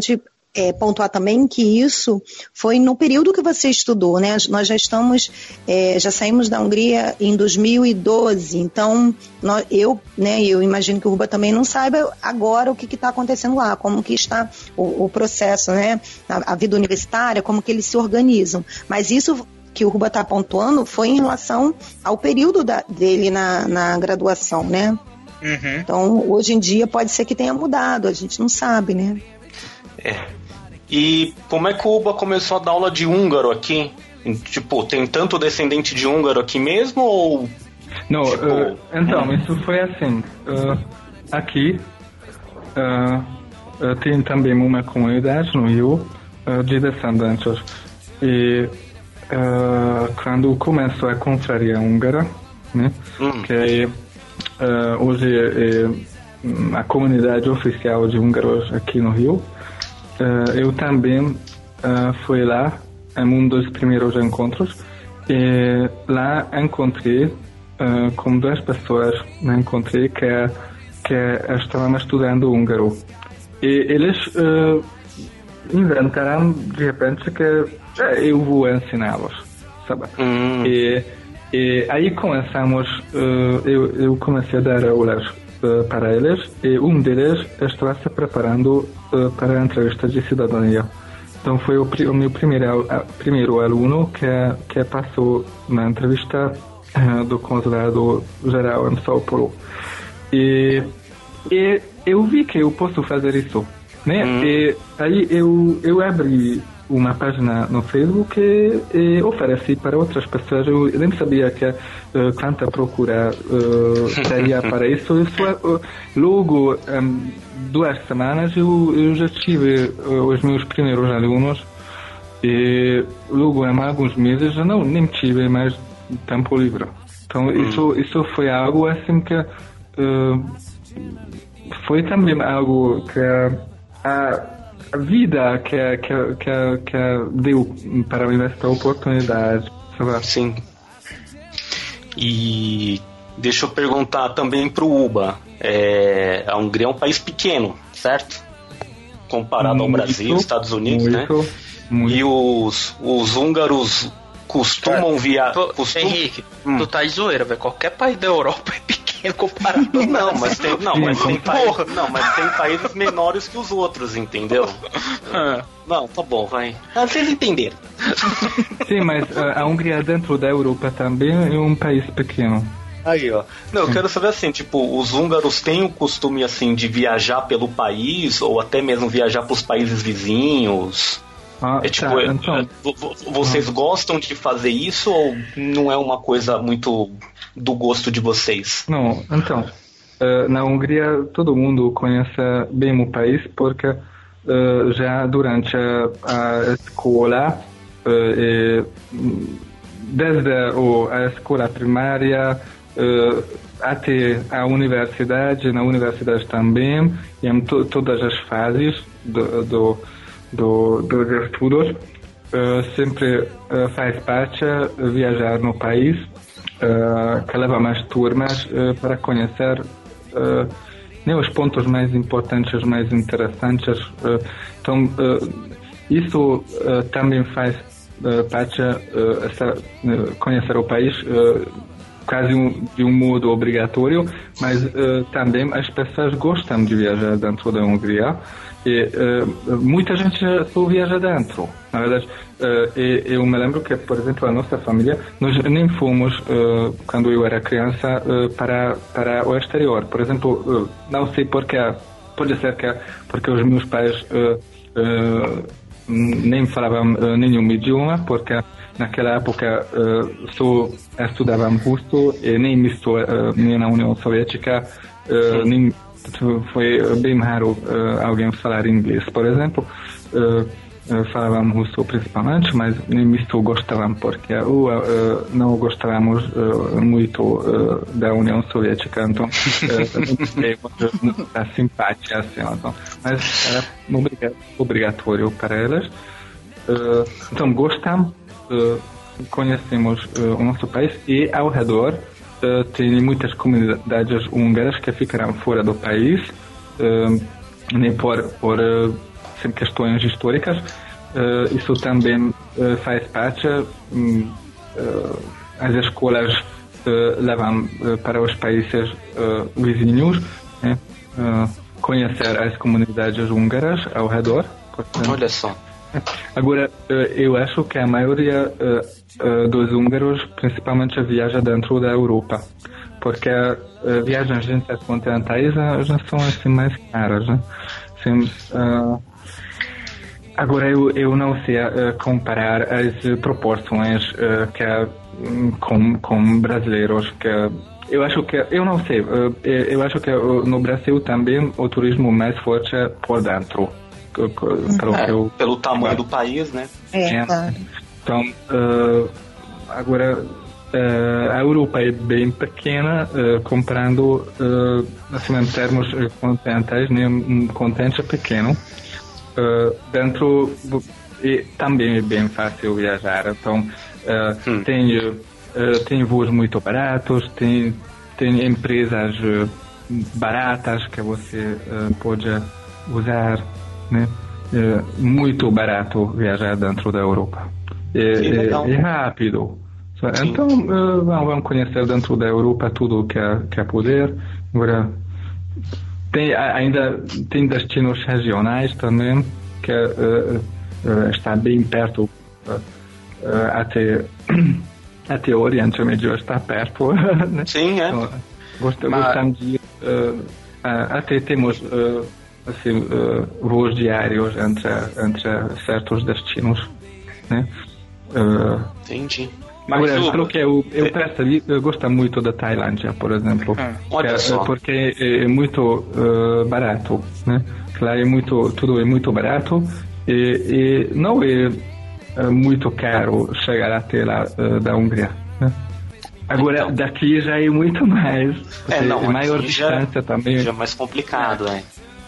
é, pontuar também que isso foi no período que você estudou, né? Nós já estamos, é, já saímos da Hungria em dois mil e doze, então nós, eu, né, eu imagino que o Ruba também não saiba agora o que está acontecendo lá, como que está o, o processo, né? A, a vida universitária, como que eles se organizam. Mas isso que o Ruba está pontuando foi em relação ao período da, dele na, na graduação, né? Uhum. Então, hoje em dia pode ser que tenha mudado, a gente não sabe, né? É. E como é que o Uba começou a dar aula de húngaro aqui? Tipo, tem tanto descendente de húngaro aqui mesmo ou... Não, tipo... uh, então, isso foi assim. Uh, aqui uh, uh, tem também uma comunidade no Rio uh, de descendentes. E uh, quando começou a confraria húngara, né, hum. que é, uh, hoje é a comunidade oficial de húngaros aqui no Rio, uh, eu também uh, fui lá em um dos primeiros encontros e lá encontrei uh, com duas pessoas, me encontrei que, que estavam estudando húngaro e eles uh, inventaram de repente que uh, eu vou ensiná-los, sabe? Hum. E, e aí começamos, uh, eu, eu comecei a dar aulas uh, para eles e um deles estava se preparando uh, para a entrevista de cidadania. Então foi o, o meu primeiro, primeiro aluno que, que passou na entrevista uh, do Consulado Geral em São Paulo. E, e eu vi que eu posso fazer isso, né? Hum. E aí eu, eu abri uma página no Facebook e, e ofereci para outras pessoas. Eu nem sabia que uh, tanta procura uh, teria para isso. isso uh, logo, um, duas semanas, eu, eu já tive uh, os meus primeiros alunos e logo em alguns meses já não, nem tive mais tempo livre. Então hum. isso, isso foi algo assim que uh, foi também algo que a a vida que, que, que, que deu para mim esta oportunidade. Sim. E deixa eu perguntar também para o Uba. É, a Hungria é um país pequeno, certo? Comparado muito, ao Brasil, Estados Unidos, muito, né? Muito. E os, os húngaros costumam via... Tu, costum... Henrique, hum. tu tá de zoeira, velho. Qualquer país da Europa é pequeno comparado. Não, mas tem, não, mas tem, país, não, mas tem países menores que os outros, entendeu? Ah. Não, tá bom, vai. Ah, vocês entenderam. Sim, mas a Hungria dentro da Europa também é um país pequeno. Aí, ó. Não, eu quero saber assim, tipo, os húngaros têm o costume assim de viajar pelo país ou até mesmo viajar para os países vizinhos? Ah, é tipo, tá, então... é, vocês ah. gostam de fazer isso ou não é uma coisa muito do gosto de vocês? Não, então, uh, na Hungria todo mundo conhece bem o país porque uh, já durante a, a escola, uh, e, desde o, a escola primária uh, até a universidade, na universidade também, em to, todas as fases do, do Do, dos estudos, uh, sempre uh, faz parte uh, viajar no país, uh, que leva mais turmas uh, para conhecer uh, né, os pontos mais importantes, mais interessantes. Uh, então, uh, isso uh, também faz uh, parte, uh, essa, uh, conhecer o país uh, quase um, de um modo obrigatório, mas uh, também as pessoas gostam de viajar dentro da Hungria. E, uh, muita gente só viaja dentro. Na verdade, uh, e, eu me lembro que, por exemplo, a nossa família, nós nem fomos, uh, quando eu era criança, uh, para, para o exterior. Por exemplo, uh, não sei porquê, pode ser que porque os meus pais uh, uh, nem falavam uh, nenhum idioma, porque naquela época uh, só estudavam russo e nem misto, uh, nem na União Soviética, uh, nem foi bem raro uh, alguém falar inglês, por exemplo. Uh, uh, falavam russo principalmente, mas nem misto gostavam porque uh, uh, não gostávamos uh, muito uh, da União Soviética, então uh, muita simpatia assim, então, mas era obrigatório para elas. Uh, então gostamos, uh, conhecemos uh, o nosso país e ao redor Uh, tem muitas comunidades húngaras que ficaram fora do país, uh, nem por, por uh, sem questões históricas. Uh, isso também uh, faz parte. Um, uh, as escolas uh, levam uh, para os países uh, vizinhos, né? uh, conhecer as comunidades húngaras ao redor. Portanto, olha só. Agora, uh, eu acho que a maioria uh, uh, dos húngaros, principalmente, viaja dentro da Europa, porque uh, viagens intercontinentais uh, já são assim mais caras, né? Assim, uh, Agora, eu, eu não sei uh, comparar as proporções uh, que, um, com, com brasileiros. Que, eu acho que, eu não sei, uh, eu acho que uh, no Brasil também o turismo mais forte é por dentro. Pelo, é, que eu, pelo tamanho do país, né? É, claro. Então, uh, agora, uh, a Europa é bem pequena, uh, comprando, uh, assim, em termos continentais, né, um continente pequeno. Uh, dentro e também é bem fácil viajar, então uh, hum. tem, uh, tem voos muito baratos, tem, tem empresas uh, baratas que você uh, pode usar, né? Uh, muito barato viajar dentro da Europa, é, é, é rápido. Então uh, vamos conhecer dentro da Europa tudo que é, que é poder. Agora, tem, ainda tem destinos regionais também, que uh, uh, está bem perto, uh, uh, até, até o Oriente Médio está perto. Né? Sim, é. Então, gost, Mas... Gostamos de ir, uh, uh, até temos uh, assim, uh, voos diários entre, entre certos destinos. Né? Uh, Entendi. Mas Agora, o... que eu, eu percebi, eu gosto muito da Tailândia, por exemplo, hum, olha só. porque é, é muito uh, barato, né? Lá é muito, tudo é muito barato e, e não é, é muito caro chegar até lá uh, da Hungria, né? Agora, então, daqui já é muito mais, é, não, é maior já, distância também. Já é mais complicado, é.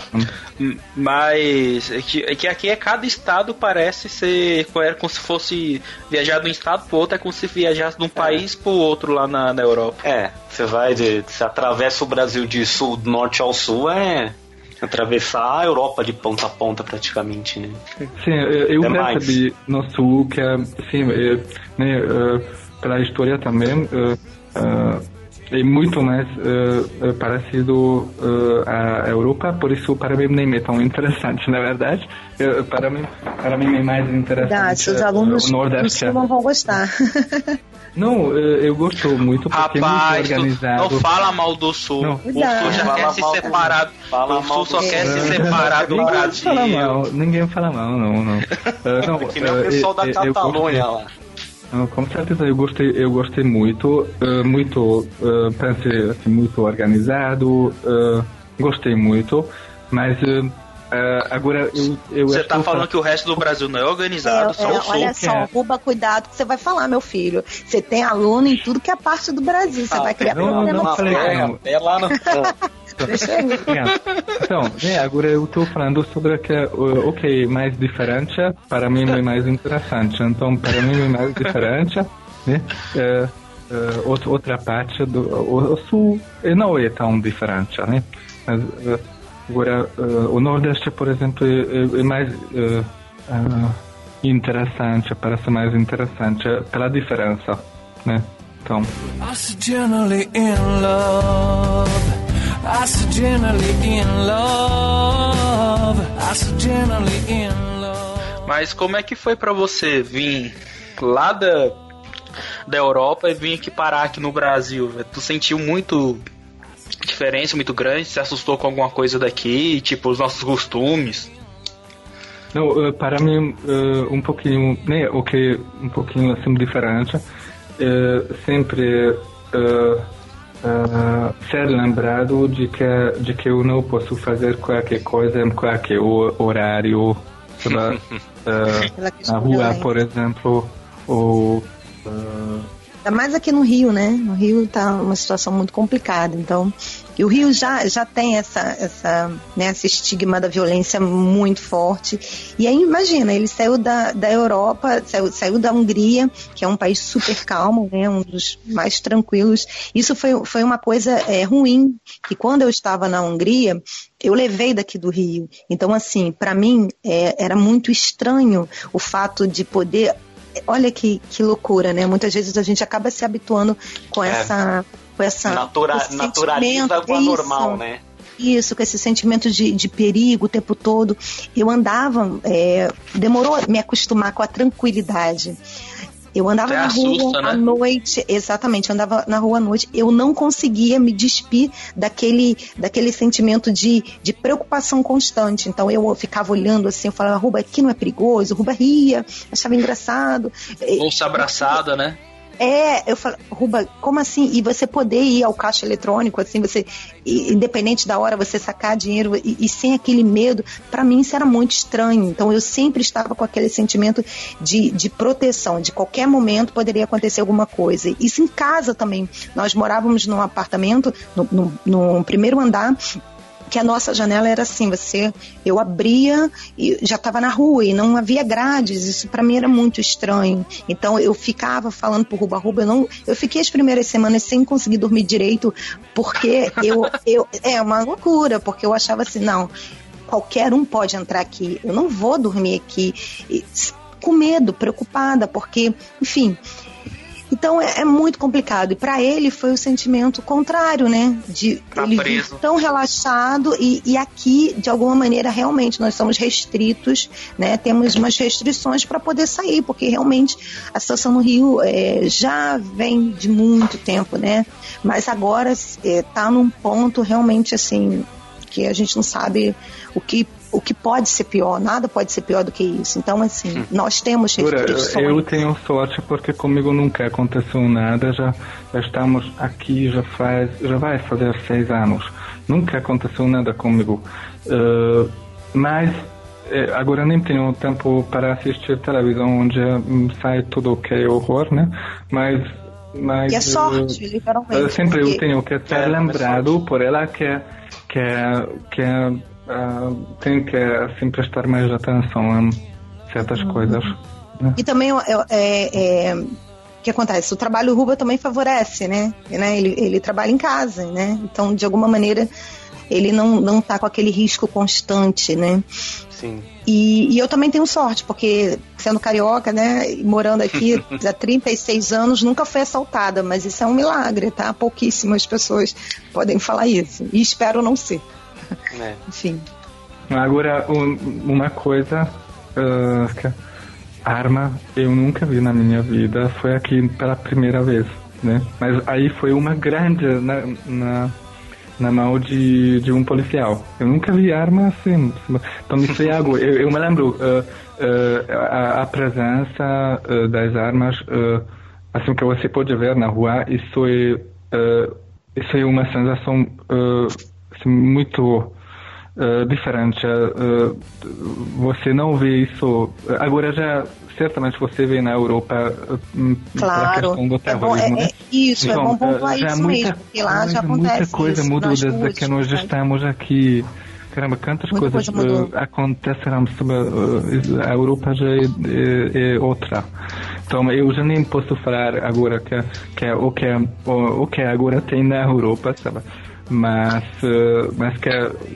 Mas é que, é que aqui é cada estado parece ser é como se fosse viajar de um estado pro outro, é como se viajasse de um é. país pro outro lá na, na Europa. É, você vai de, você atravessa o Brasil de sul, do norte ao sul, é atravessar a Europa de ponta a ponta praticamente, né? Sim, eu, eu é percebi mais. No sul que sim, é, né, uh, pela história também uh, uh, é muito mais uh, parecido uh, à Europa, por isso para mim nem é tão interessante, na verdade. Uh, para mim, para mim é mais interessante os alunos uh, o Nordeste. Não vão gostar. Não, uh, eu gosto muito porque Rapaz, é muito organizado. Não fala mal do Sul. Não. O Sul já fala quer se separar. Fala o Sul só quer se separar do ninguém Brasil. Fala mal, ninguém fala mal, não, não. Uh, não é que nem uh, o pessoal da Catalunha lá. Com certeza eu gostei, eu gostei muito, uh, muito, uh, pensei assim, muito organizado, uh, gostei muito, mas uh, uh, agora eu, eu Você tá falando que o resto do Brasil não é organizado, é, só é, o Sul. Olha só, Ruba, cuidado que você vai falar, meu filho. Você tem aluno em tudo que é parte do Brasil, você ah, vai criar não, problema. Não, falei, é, não. É lá no... Deixa eu ir. Então, né, agora eu estou falando sobre que, uh, ok, mais diferente, para mim é mais interessante. Então, para mim é mais diferente, né? Uh, uh, outra parte do o, o sul não é tão diferente, né? Mas uh, agora uh, o Nordeste, por exemplo, é, é mais uh, uh, interessante, parece mais interessante pela diferença, né? Então. Generally in love. I so generally in love. I so generally in love. Mas como é que foi pra você vir lá da, da Europa e vir aqui parar aqui no Brasil? Tu sentiu muito diferença, muito grande? Se assustou com alguma coisa daqui? Tipo, os nossos costumes? Não, uh, para mim, uh, um pouquinho, né, ok, um pouquinho assim diferente. Uh, sempre... Uh, Uh, ser lembrado de que, de que eu não posso fazer qualquer coisa em qualquer horário, uh, na rua, por exemplo, ou uh, Ainda mais aqui no Rio, né? No Rio tá uma situação muito complicada, então... E o Rio já, já tem essa, essa, né, esse estigma da violência muito forte. E aí, imagina, ele saiu da, da Europa, saiu, saiu da Hungria, que é um país super calmo, né, um dos mais tranquilos. Isso foi, foi uma coisa é, ruim, que quando eu estava na Hungria, eu levei daqui do Rio. Então, assim, para mim, é, era muito estranho o fato de poder... Olha que, que loucura, né? Muitas vezes a gente acaba se habituando com é. essa... Com essa, Natura, esse naturaliza o anormal, né? Isso, com esse sentimento de, de perigo o tempo todo. Eu andava, é, demorou a me acostumar com a tranquilidade. Eu andava Você na assusta, rua né? à noite, exatamente, eu andava na rua à noite, eu não conseguia me despir daquele, daquele sentimento de, de preocupação constante. Então eu ficava olhando assim, eu falava, Ruba, aqui não é perigoso? Ruba ria, achava engraçado. Bolsa abraçada, né? É, eu falo, Ruba, como assim? E você poder ir ao caixa eletrônico, assim, você, independente da hora, você sacar dinheiro e, e sem aquele medo, pra mim isso era muito estranho. Então eu sempre estava com aquele sentimento de, de proteção, de qualquer momento poderia acontecer alguma coisa. Isso em casa também. Nós morávamos num apartamento, no, no, no primeiro andar, que a nossa janela era assim, você, eu abria e já estava na rua e não havia grades, isso para mim era muito estranho. Então eu ficava falando pro Ruba, Ruba, eu, não, eu fiquei as primeiras semanas sem conseguir dormir direito, porque eu, eu, é uma loucura, porque eu achava assim, não, qualquer um pode entrar aqui, eu não vou dormir aqui, e, com medo, preocupada, porque, enfim... Então é, é muito complicado. E para ele foi o sentimento contrário, né? De tá ele preso. vir tão relaxado e, e aqui, de alguma maneira, realmente nós somos restritos, né? Temos umas restrições para poder sair, porque realmente a situação no Rio é, já vem de muito tempo, né? Mas agora está é, num ponto realmente assim que a gente não sabe o que o que pode ser pior, nada pode ser pior do que isso. Então, assim, nós temos restrições. Eu tenho sorte porque comigo nunca aconteceu nada, já, já estamos aqui, já faz, já vai fazer seis anos. Nunca aconteceu nada comigo. Uh, mas agora nem tenho tempo para assistir televisão onde sai tudo que é horror, né? Mas mas e é sorte, uh, literalmente. Sempre porque... eu tenho que ser é, lembrado é por ela que que que Uh, tem que assim, prestar mais atenção a certas uhum. coisas. Né? E também é, é, é, o que acontece? O trabalho Ruba também favorece, né? né? Ele, ele trabalha em casa, né? Então, de alguma maneira, ele não, não tá com aquele risco constante, né? Sim. E, e eu também tenho sorte, porque sendo carioca, né? Morando aqui há trinta e seis anos, nunca fui assaltada, mas isso é um milagre, tá? Pouquíssimas pessoas podem falar isso. E espero não ser. É. Enfim. Agora, um, uma coisa, uh, que arma eu nunca vi na minha vida, foi aqui pela primeira vez, né? Mas aí foi uma grande na, na, na mão de, de um policial. Eu nunca vi arma assim. Então isso é algo. Eu, eu me lembro uh, uh, a, a presença uh, das armas, uh, assim que você pode ver na rua, isso é, uh, isso é uma sensação uh, muito uh, diferente. Uh, você não vê isso. Agora já certamente você vê na Europa uh, claro, a questão do terrorismo, é bom, é, né? Isso, então, é bom pontuar já isso muita, mesmo, porque lá já acontece muita coisa isso, mudou desde ruas, que nós estamos aqui. Caramba, quantas muita coisas coisa uh, aconteceram sobre uh, a Europa já é, é, é outra. Então eu já nem posso falar agora que, que é o que é, o, o que agora tem na Europa, sabe? Mas, uh, mas que,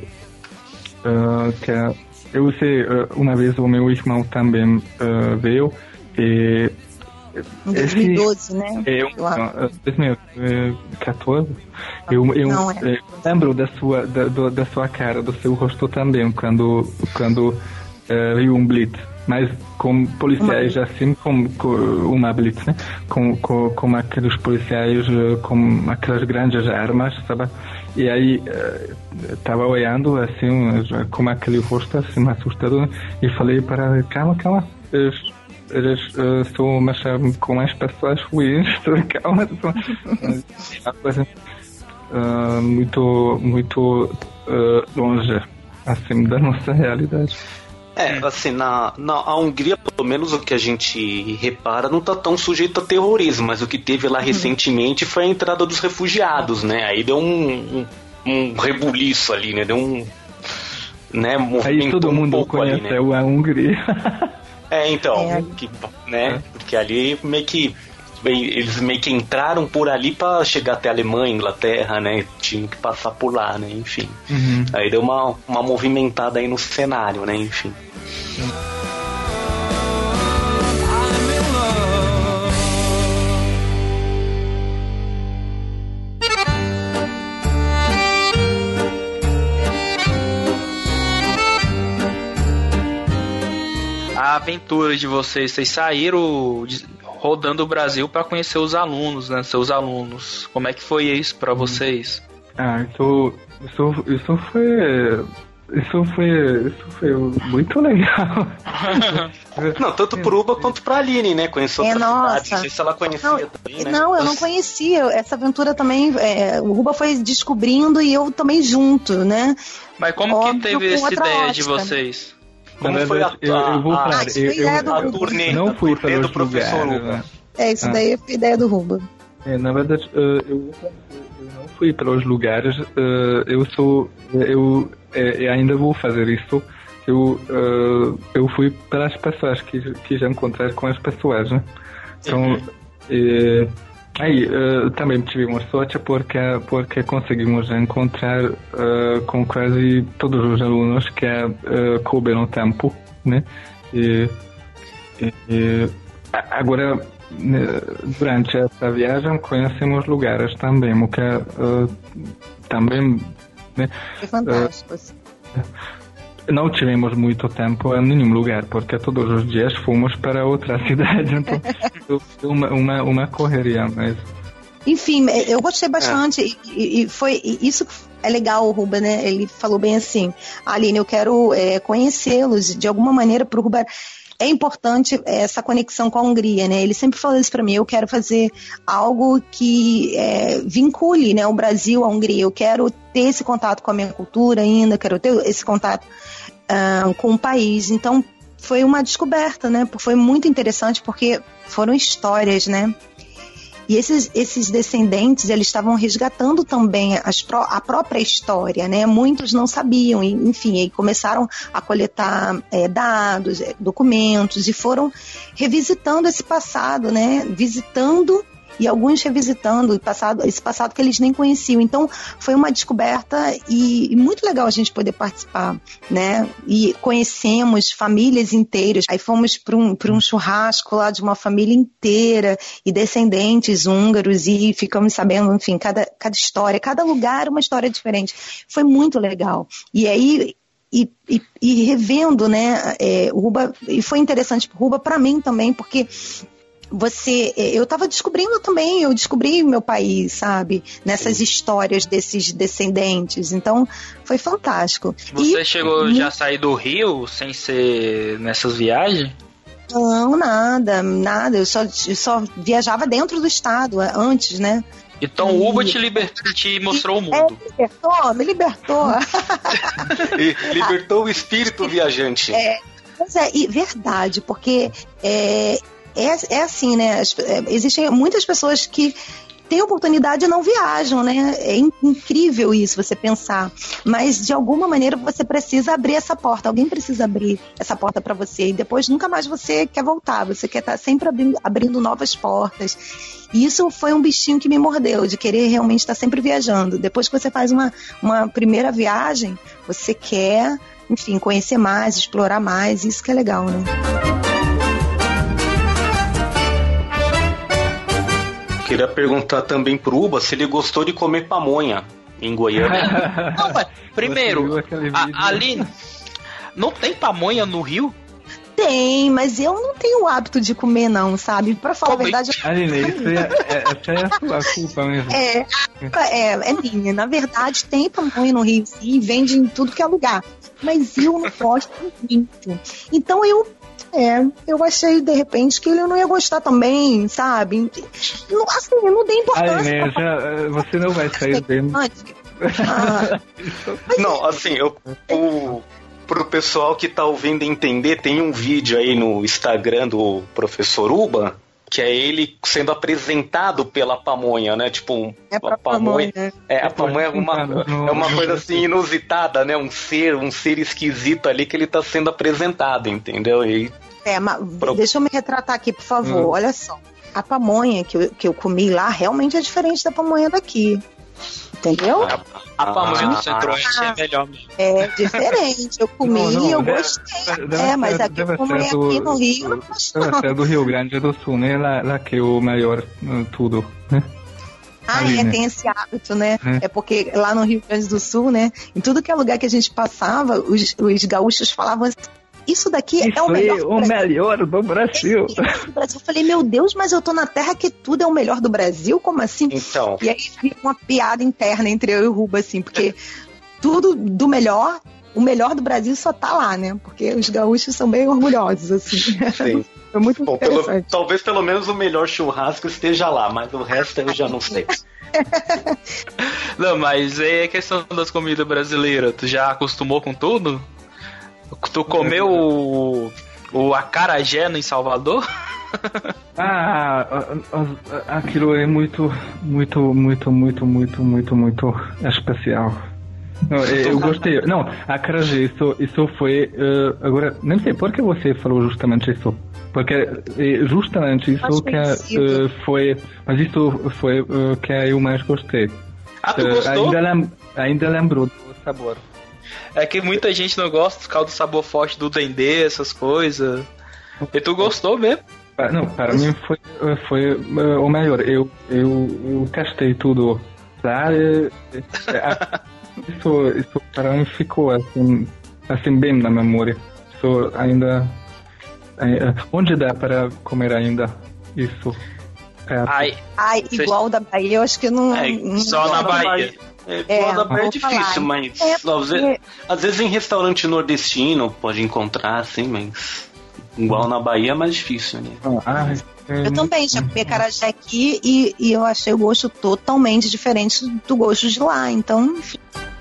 uh, que eu sei, uh, uma vez o meu irmão também uh, veio e em dois mil e doze, esse, né? Eu, uh, dois mil e quatorze. Eu, eu, Não, é. eu lembro da sua, da, da sua cara, do seu rosto também, quando, quando uh, viu um blitz. Mas com policiais uma... assim, com, com uma blitz, né? Com, com, com aqueles policiais com aquelas grandes armas, sabe? E aí estava uh, olhando assim, com aquele rosto assim, assustador, e falei para calma, calma, eles, eles uh, são mas, com as pessoas ruins, calma, uma coisa uh, muito, muito uh, longe assim da nossa realidade. É, assim, na, na a Hungria, pelo menos o que a gente repara, não tá tão sujeito a terrorismo, mas o que teve lá recentemente foi a entrada dos refugiados, né? Aí deu um, um, um rebuliço ali, né? Deu um... Né, aí todo mundo um conhece ali, né? a Hungria. É, então, É. Que, né? É. Porque ali meio que... Eles meio que entraram por ali pra chegar até a Alemanha, Inglaterra, né? Tinham que passar por lá, né? Enfim. Uhum. Aí deu uma, uma movimentada aí no cenário, né? Enfim. A aventura de vocês, vocês saíram de, rodando o Brasil para conhecer os alunos, né? Seus alunos. Como é que foi isso para vocês? Ah, isso, isso, isso foi... Isso foi, isso foi muito legal. Não, tanto pro Uba quanto pra Aline, né? Conheceu É, outra nossa. cidade. Não sei se ela conhecia Não, também, né? não, eu não conhecia. Essa aventura também, é, o Ruba foi descobrindo e eu também junto, né? Mas como Óbvio, que teve com essa outra ideia ótica. de vocês? Como Na foi a, verdade, eu, eu vou a, falar, Ah, isso eu, foi ideia eu, do a Ruba. turnê, não a fui turnê pelos do professor lugares, Uba. né? É, isso Ah. daí foi ideia do Ruba. É, na verdade, uh, eu, eu não fui pelos lugares, uh, eu sou, eu, eu ainda vou fazer isso. Eu, uh, eu fui pelas pessoas, quis, quis encontrar com as pessoas, né? Então, Uhum. eh, aí uh, também tivemos sorte porque, porque conseguimos encontrar uh, com quase todos os alunos que uh, coube no tempo, né? E, e, e agora, durante essa viagem, conhecemos lugares também, o que uh, também, né? Foi fantástico. Uh, não tivemos muito tempo em nenhum lugar, porque todos os dias fomos para outra cidade, então foi uma, uma, uma correria, mas... Enfim, eu gostei bastante é. e, e foi e isso é legal, o Ruba, né? Ele falou bem assim, Aline, eu quero é, conhecê-los de alguma maneira pro Ruba. É importante essa conexão com a Hungria, né? Ele sempre falou isso para mim, eu quero fazer algo que é, vincule, né, o Brasil à Hungria. Eu quero ter esse contato com a minha cultura ainda, quero ter esse contato uh, com o país. Então, foi uma descoberta, né? Foi muito interessante porque foram histórias, né? E esses, esses descendentes, eles estavam resgatando também as pró- a própria história, né? Muitos não sabiam, e, enfim, aí começaram a coletar é, dados, é, documentos, e foram revisitando esse passado, né? Visitando e alguns revisitando o passado, esse passado que eles nem conheciam. Então, foi uma descoberta e, e muito legal a gente poder participar, né? E conhecemos famílias inteiras. Aí fomos para um, para um churrasco lá de uma família inteira e descendentes húngaros e ficamos sabendo, enfim, cada, cada história, cada lugar uma história diferente. Foi muito legal. E aí... E, e, e revendo, né, é, o Ruba, e foi interessante pro Ruba, para mim também, porque você, eu estava descobrindo também, eu descobri meu país, sabe, nessas histórias desses descendentes, então foi fantástico. Você e, chegou já a sair do Rio sem ser nessas viagens? Não, nada, nada, eu só, eu só viajava dentro do estado antes, né. Então o Uba te, liber... te mostrou o mundo. É, me libertou, me libertou. E libertou o espírito viajante. É, mas é, e verdade, porque é, é, é assim, né? As, é, existem muitas pessoas que têm oportunidade e não viajam, né? É in- incrível isso, você pensar. Mas, de alguma maneira, você precisa abrir essa porta. Alguém precisa abrir essa porta para você. E depois, nunca mais você quer voltar. Você quer estar sempre abrindo, abrindo novas portas. E isso foi um bichinho que me mordeu, de querer realmente estar sempre viajando. Depois que você faz uma, uma primeira viagem, você quer, enfim, conhecer mais, explorar mais. Isso que é legal, né? Queria perguntar também pro Uba se ele gostou de comer pamonha em Goiânia. Não, mas, primeiro, a, Aline, não tem pamonha no Rio? Tem, mas eu não tenho o hábito de comer, não, sabe? Pra falar Como a verdade... Eu... Aline, isso é, é, essa é a sua culpa mesmo. É, é, é minha. Na verdade, tem pamonha no Rio, sim, vende em tudo que é lugar. Mas eu não gosto muito. Então eu... É, eu achei, de repente, que ele não ia gostar também, sabe? Não, assim, eu não dei importância. Aline, já, você não vai sair bem. Ah, Não, assim, eu, o, pro pessoal que tá ouvindo entender, tem um vídeo aí no Instagram do professor Uba, que é ele sendo apresentado pela pamonha, né? Tipo, um, É pra a pamonha. pamonha. É, a pamonha é uma, é uma coisa assim inusitada, né? Um ser, um ser esquisito ali que ele tá sendo apresentado, entendeu? E É, mas Pro- deixa eu me retratar aqui, por favor. Hum. Olha só. A pamonha que eu, que eu comi lá realmente é diferente da pamonha daqui. Entendeu? A pamonha Ah, do Centro-Oeste é melhor mesmo. É diferente. Eu comi Não, não, e eu deve- gostei. deve É, mas ser- aqui deve como é ser do- aqui no Rio, eu não gosto Deve não. ser do Rio Grande do Sul, né? Lá, lá que é o melhor uh, tudo, né? Ah, ali, é, né? tem esse hábito, né? É. É porque lá no Rio Grande do Sul, né? Em tudo que é lugar que a gente passava, os, os gaúchos falavam assim, isso daqui é o melhor do o Brasil. melhor do Brasil. É o melhor do Brasil. Eu falei, meu Deus, mas eu tô na terra que tudo é o melhor do Brasil? Como assim? então, E aí fica uma piada interna entre eu e o Ruba, assim, porque tudo do melhor, o melhor do Brasil só tá lá, né? Porque os gaúchos são bem orgulhosos, assim. sim. Foi muito Bom, pelo- interessante. talvez pelo menos o melhor churrasco esteja lá, mas o resto eu já não sei. Não, mas é questão das comidas brasileiras. Tu já acostumou com tudo? Tu comeu o, o acarajé no em Salvador? Ah, a- a- aquilo é muito, muito, muito, muito, muito, muito, muito especial. Não, eu eu gostei. Não, acarajé, isso, isso foi. eh, agora, nem sei por que você falou justamente isso. Porque é justamente isso Acho que conhecido. eh, foi. Mas isso foi eh, que eu mais gostei. Ah, tu Eh, gostou? ainda, lem, ainda lembro do sabor. É que muita gente não gosta por causa do sabor forte do dendê, essas coisas. E tu gostou mesmo? Ah, não, para mim foi, eh, foi eh, o melhor. Eu, eu, eu testei tudo lá. eh, eh, ah, isso, isso para mim ficou assim, assim bem na memória. Isso ainda. eh, onde dá para comer ainda isso? É, Ai, Ai, Vocês- igual da Bahia, eu acho que não. É, não só na Bahia. É, É, igual da Bahia é vou difícil, falar. mas É, às, porque- vezes, às vezes em restaurante nordestino pode encontrar, assim, mas igual na Bahia é mais difícil, né? ah, Eu também já comi acarajé aqui e, e eu achei o gosto totalmente diferente do gosto de lá. Então, enfim.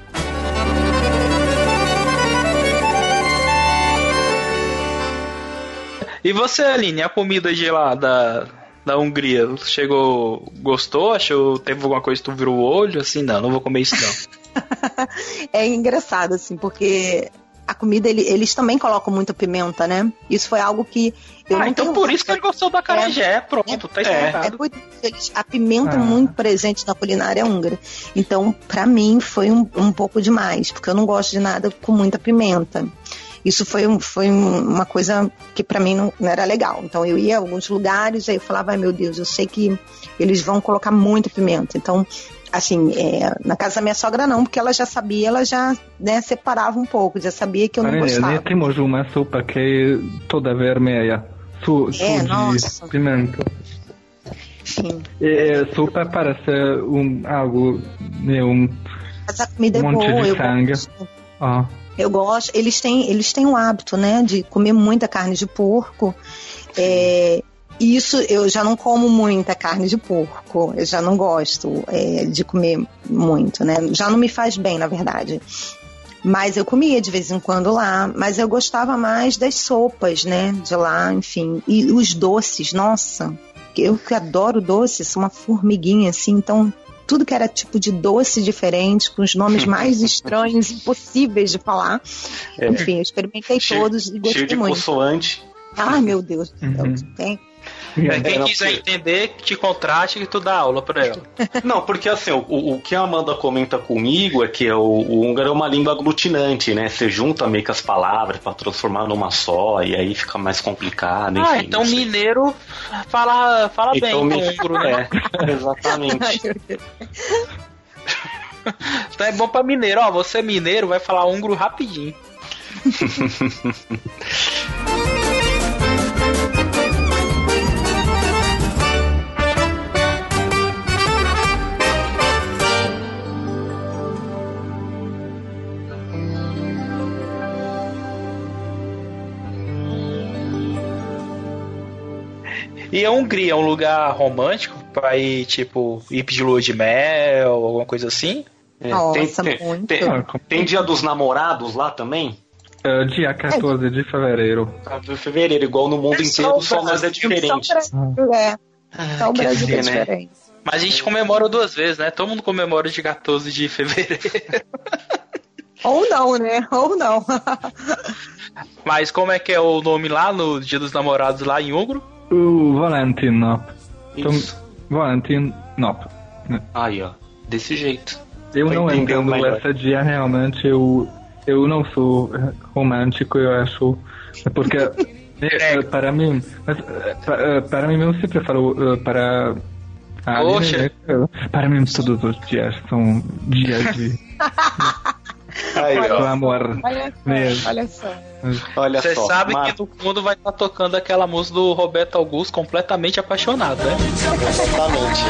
E você, Aline, a comida de lá da, da Hungria, chegou, gostou? Achou, teve alguma coisa que tu virou o olho? Assim, não, não vou comer isso não. É engraçado, assim, porque a comida, ele- eles também colocam muita pimenta, né? Isso foi algo que eu ah, não então tenho por isso que ele gostou da acarajé, pronto, tá É, explicado. é por isso, eles- a pimenta é Ah. muito presente na culinária húngara. Então, pra mim, foi um, um pouco demais, porque eu não gosto de nada com muita pimenta. Isso foi, um- foi um- uma coisa que pra mim não, não era legal. Então, eu ia a alguns lugares, aí eu falava, ai meu Deus, eu sei que eles vão colocar muita pimenta. Então, assim, é, na casa da minha sogra não, porque ela já sabia, ela já, né, separava um pouco, já sabia que eu não Marina, gostava. temos uma sopa que é toda vermelha. Su, É, su nossa. de pimenta. Enfim, É, sopa parece um, algo, né, um mas a comida é monte boa, de eu sangue. gosto. Ah, Eu gosto, eles têm, eles têm o hábito, né, de comer muita carne de porco. É, isso eu já não como muita carne de porco, eu já não gosto é, de comer muito, né? Já não me faz bem, na verdade. Mas eu comia de vez em quando lá, mas eu gostava mais das sopas, né, de lá, enfim. E os doces, nossa, eu que adoro doces, sou uma formiguinha assim, então tudo que era tipo de doce diferente, com os nomes mais estranhos, impossíveis de falar. É. Enfim, eu experimentei Cheio- todos e Cheio gostei de muito. consoante. Ai, meu Deus do céu. Uhum. Tem. É, quem não, quiser porque- entender, te contrate que tu dá aula pra ela. Não, porque assim, o, o que a Amanda comenta comigo é que o, o húngaro é uma língua aglutinante, né? Você junta meio que as palavras pra transformar numa só, e aí fica mais complicado. Ah, enfim, então não sei. mineiro fala, fala Então, bem me- com húngaro, né? É, exatamente. Ai, meu Deus. Então é bom pra mineiro, ó. Você mineiro vai falar húngaro rapidinho. E a Hungria é um lugar romântico pra ir, tipo, ir de lua de mel, alguma coisa assim? É, Nossa, tem, tem, muito. tem, tem dia dos namorados lá também? Uh, dia quatorze de fevereiro. quatorze de fevereiro, igual no mundo inteiro, só nós é diferente. Só o Brasil, é. Só o Brasil é dizer, né? diferente. Mas a gente comemora duas vezes, né? Todo mundo comemora de quatorze de fevereiro. Ou não, né? Ou não. Mas como é que é o nome lá no Dia dos Namorados lá em húngaro? O Valentin Nap. Então, Isso. Valentin Nap. Aí, ó. Desse jeito. Eu Tô não entendendo entendo melhor. essa dia, realmente. Eu, eu não sou romântico, eu acho. Porque, eh, para mim, mas, eh, pa- eh, para mim, eu sempre falo eh, para. a Aline, Poxa. né? Para mim, todos os dias são dias de Aí, do ó. amor. Olha mesmo. só, olha só. Olha Você só. sabe Mar- que no fundo vai estar tocando aquela música do Roberto Augusto, completamente apaixonado, né? Exatamente.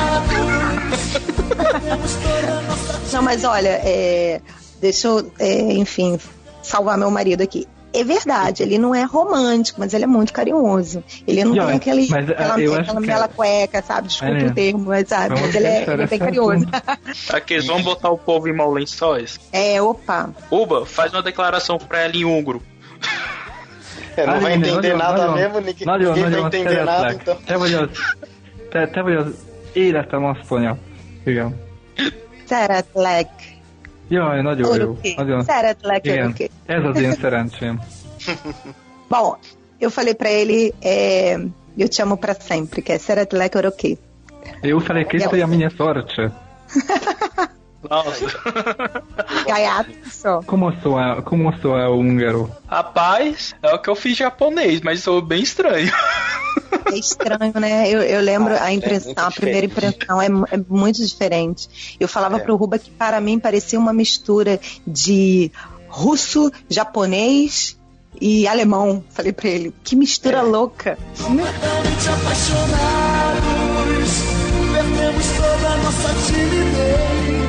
Não, mas olha, é, deixa eu, é, enfim, salvar meu marido aqui. É verdade, ele não é romântico, mas ele é muito carinhoso. Ele não Já, tem aquele, mas, aquela, eu acho aquela que- mela cueca, sabe? Desculpa É. o termo, mas, sabe? Vamos Mas ele é, deixar ele é bem esse carinhoso. Aqui, eles vão botar o povo em mau lençóis. É, opa. Uba, faz uma declaração pra ela em húngaro. É, não vai Aline, entender nagyon- nada nagyon- mesmo, ninguém, Nagyon, ninguém vai nagyon entender nada, szeretlek. então. Te vagy az, te, te vagy az életem asszonya. Igen. Szeretlek. Jaj, nagyon jó. Örökké. Nagyon. Szeretlek, Igen, örökké. ez az én szerencsém. Bom, eu falei pra ele, é, eu te amo pra sempre, que é Szeretlek, örökké. Eu falei que isso é a minha sorte. Nossa. Gaiato só. Como soa, como soa o húngaro? Rapaz, é o que eu fiz japonês, mas sou bem estranho. É estranho, né? Eu, eu lembro Ah, a é impressão, muito a primeira diferente. impressão é, mu- é muito diferente. Eu falava É. pro Ruba que para mim parecia uma mistura de russo, japonês e alemão. Falei pra ele, que mistura louca. Eternamente apaixonados, perdemos toda a nossa timidez.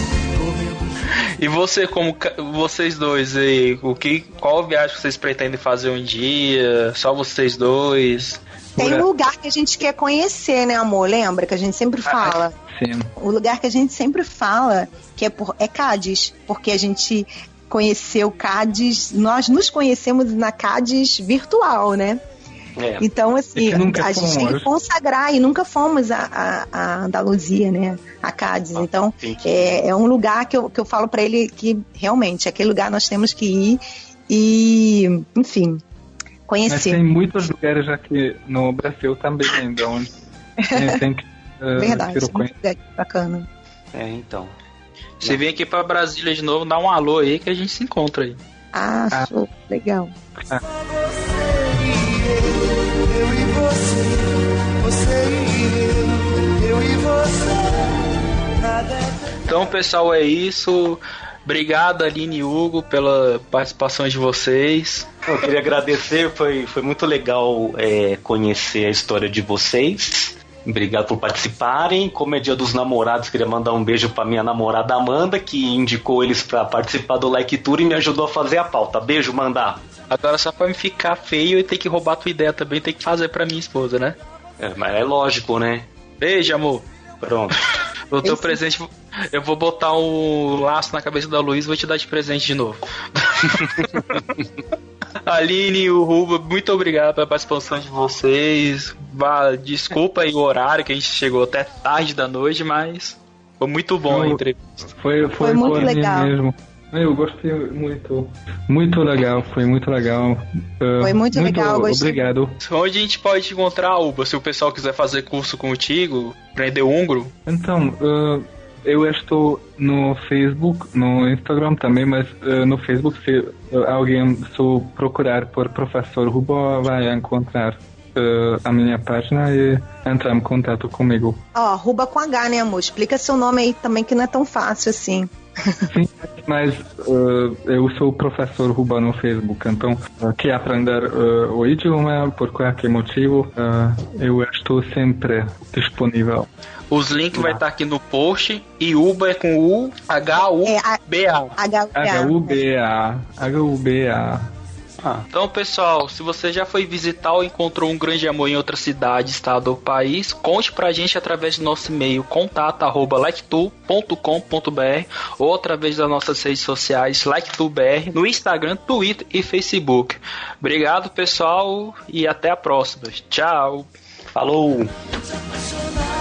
E você, como ca- vocês dois aí, o que, qual viagem vocês pretendem fazer um dia? Só vocês dois? Tem um lugar que a gente quer conhecer, né, amor? Lembra que a gente sempre fala? Sim. O lugar que a gente sempre fala que é, por, é Cádiz, porque a gente conheceu Cádiz, nós nos conhecemos na Cádiz virtual, né? É. Então, assim, E que nunca a gente tem que fomos. consagrar e nunca fomos a, a, a Andaluzia, né? A Cádiz. Ah, Então, tem que- é, é um lugar que eu, que eu falo pra ele que realmente, aquele lugar nós temos que ir e, enfim, Mas conhecer. tem muitos lugares aqui no Brasil também, então é, tem que uh, Verdade, ter o muito conhecimento. legal, bacana. É, então. Você vem aqui pra Brasília de novo, dá um alô aí que a gente se encontra aí. Ah, Ah. show, legal. Eu e você, você e eu, eu e você, nada é Então, pessoal, é isso. Obrigado, Aline e Hugo, pela participação de vocês. Eu queria agradecer, foi, foi muito legal é, conhecer a história de vocês. Obrigado por participarem. Como é Dia dos Namorados, queria mandar um beijo pra minha namorada Amanda, que indicou eles pra participar do Like Tour e me ajudou a fazer a pauta. Beijo, Mandar. Agora, só pra me ficar feio e ter que roubar tua ideia também, tem que fazer pra minha esposa, né? É, mas é lógico, né? Beijo, amor. Pronto. O teu Esse- presente, eu vou botar um laço na cabeça da Luiz e vou te dar de presente de novo. Aline e o Ruba, muito obrigado pela participação de vocês. Vá, desculpa aí o horário que a gente chegou até tarde da noite, mas foi muito bom a Eu- entrevista. Foi, foi, Foi muito por mim legal. mesmo. Eu gostei muito. Muito legal, foi muito legal. Uh, Foi muito legal, eu gostei. Obrigado. Onde a gente pode te encontrar, Uba? Se o pessoal quiser fazer curso contigo, aprender húngaro. Então, uh, eu estou no Facebook, no Instagram também, mas uh, no Facebook, se uh, alguém só procurar por Professor Ruba, vai encontrar uh, a minha página e entrar em contato comigo. Ó, Ruba com H, né, amor? Explica seu nome aí também, que não é tão fácil assim. Sim, mas uh, eu sou professor Ruba no Facebook, então uh, quer aprender uh, o idioma por qualquer motivo, uh, eu estou sempre disponível. Os links vai estar aqui no post. E Uba é com U, H U É, a- B A. H H U B A, H U B A. Ah. Então, pessoal, se você já foi visitar ou encontrou um grande amor em outra cidade, estado ou país, conte pra gente através do nosso e-mail contato arroba liketool ponto com ponto b r ou através das nossas redes sociais liketoolbr, no Instagram, Twitter e Facebook. Obrigado, pessoal, e até a próxima. Tchau. Falou.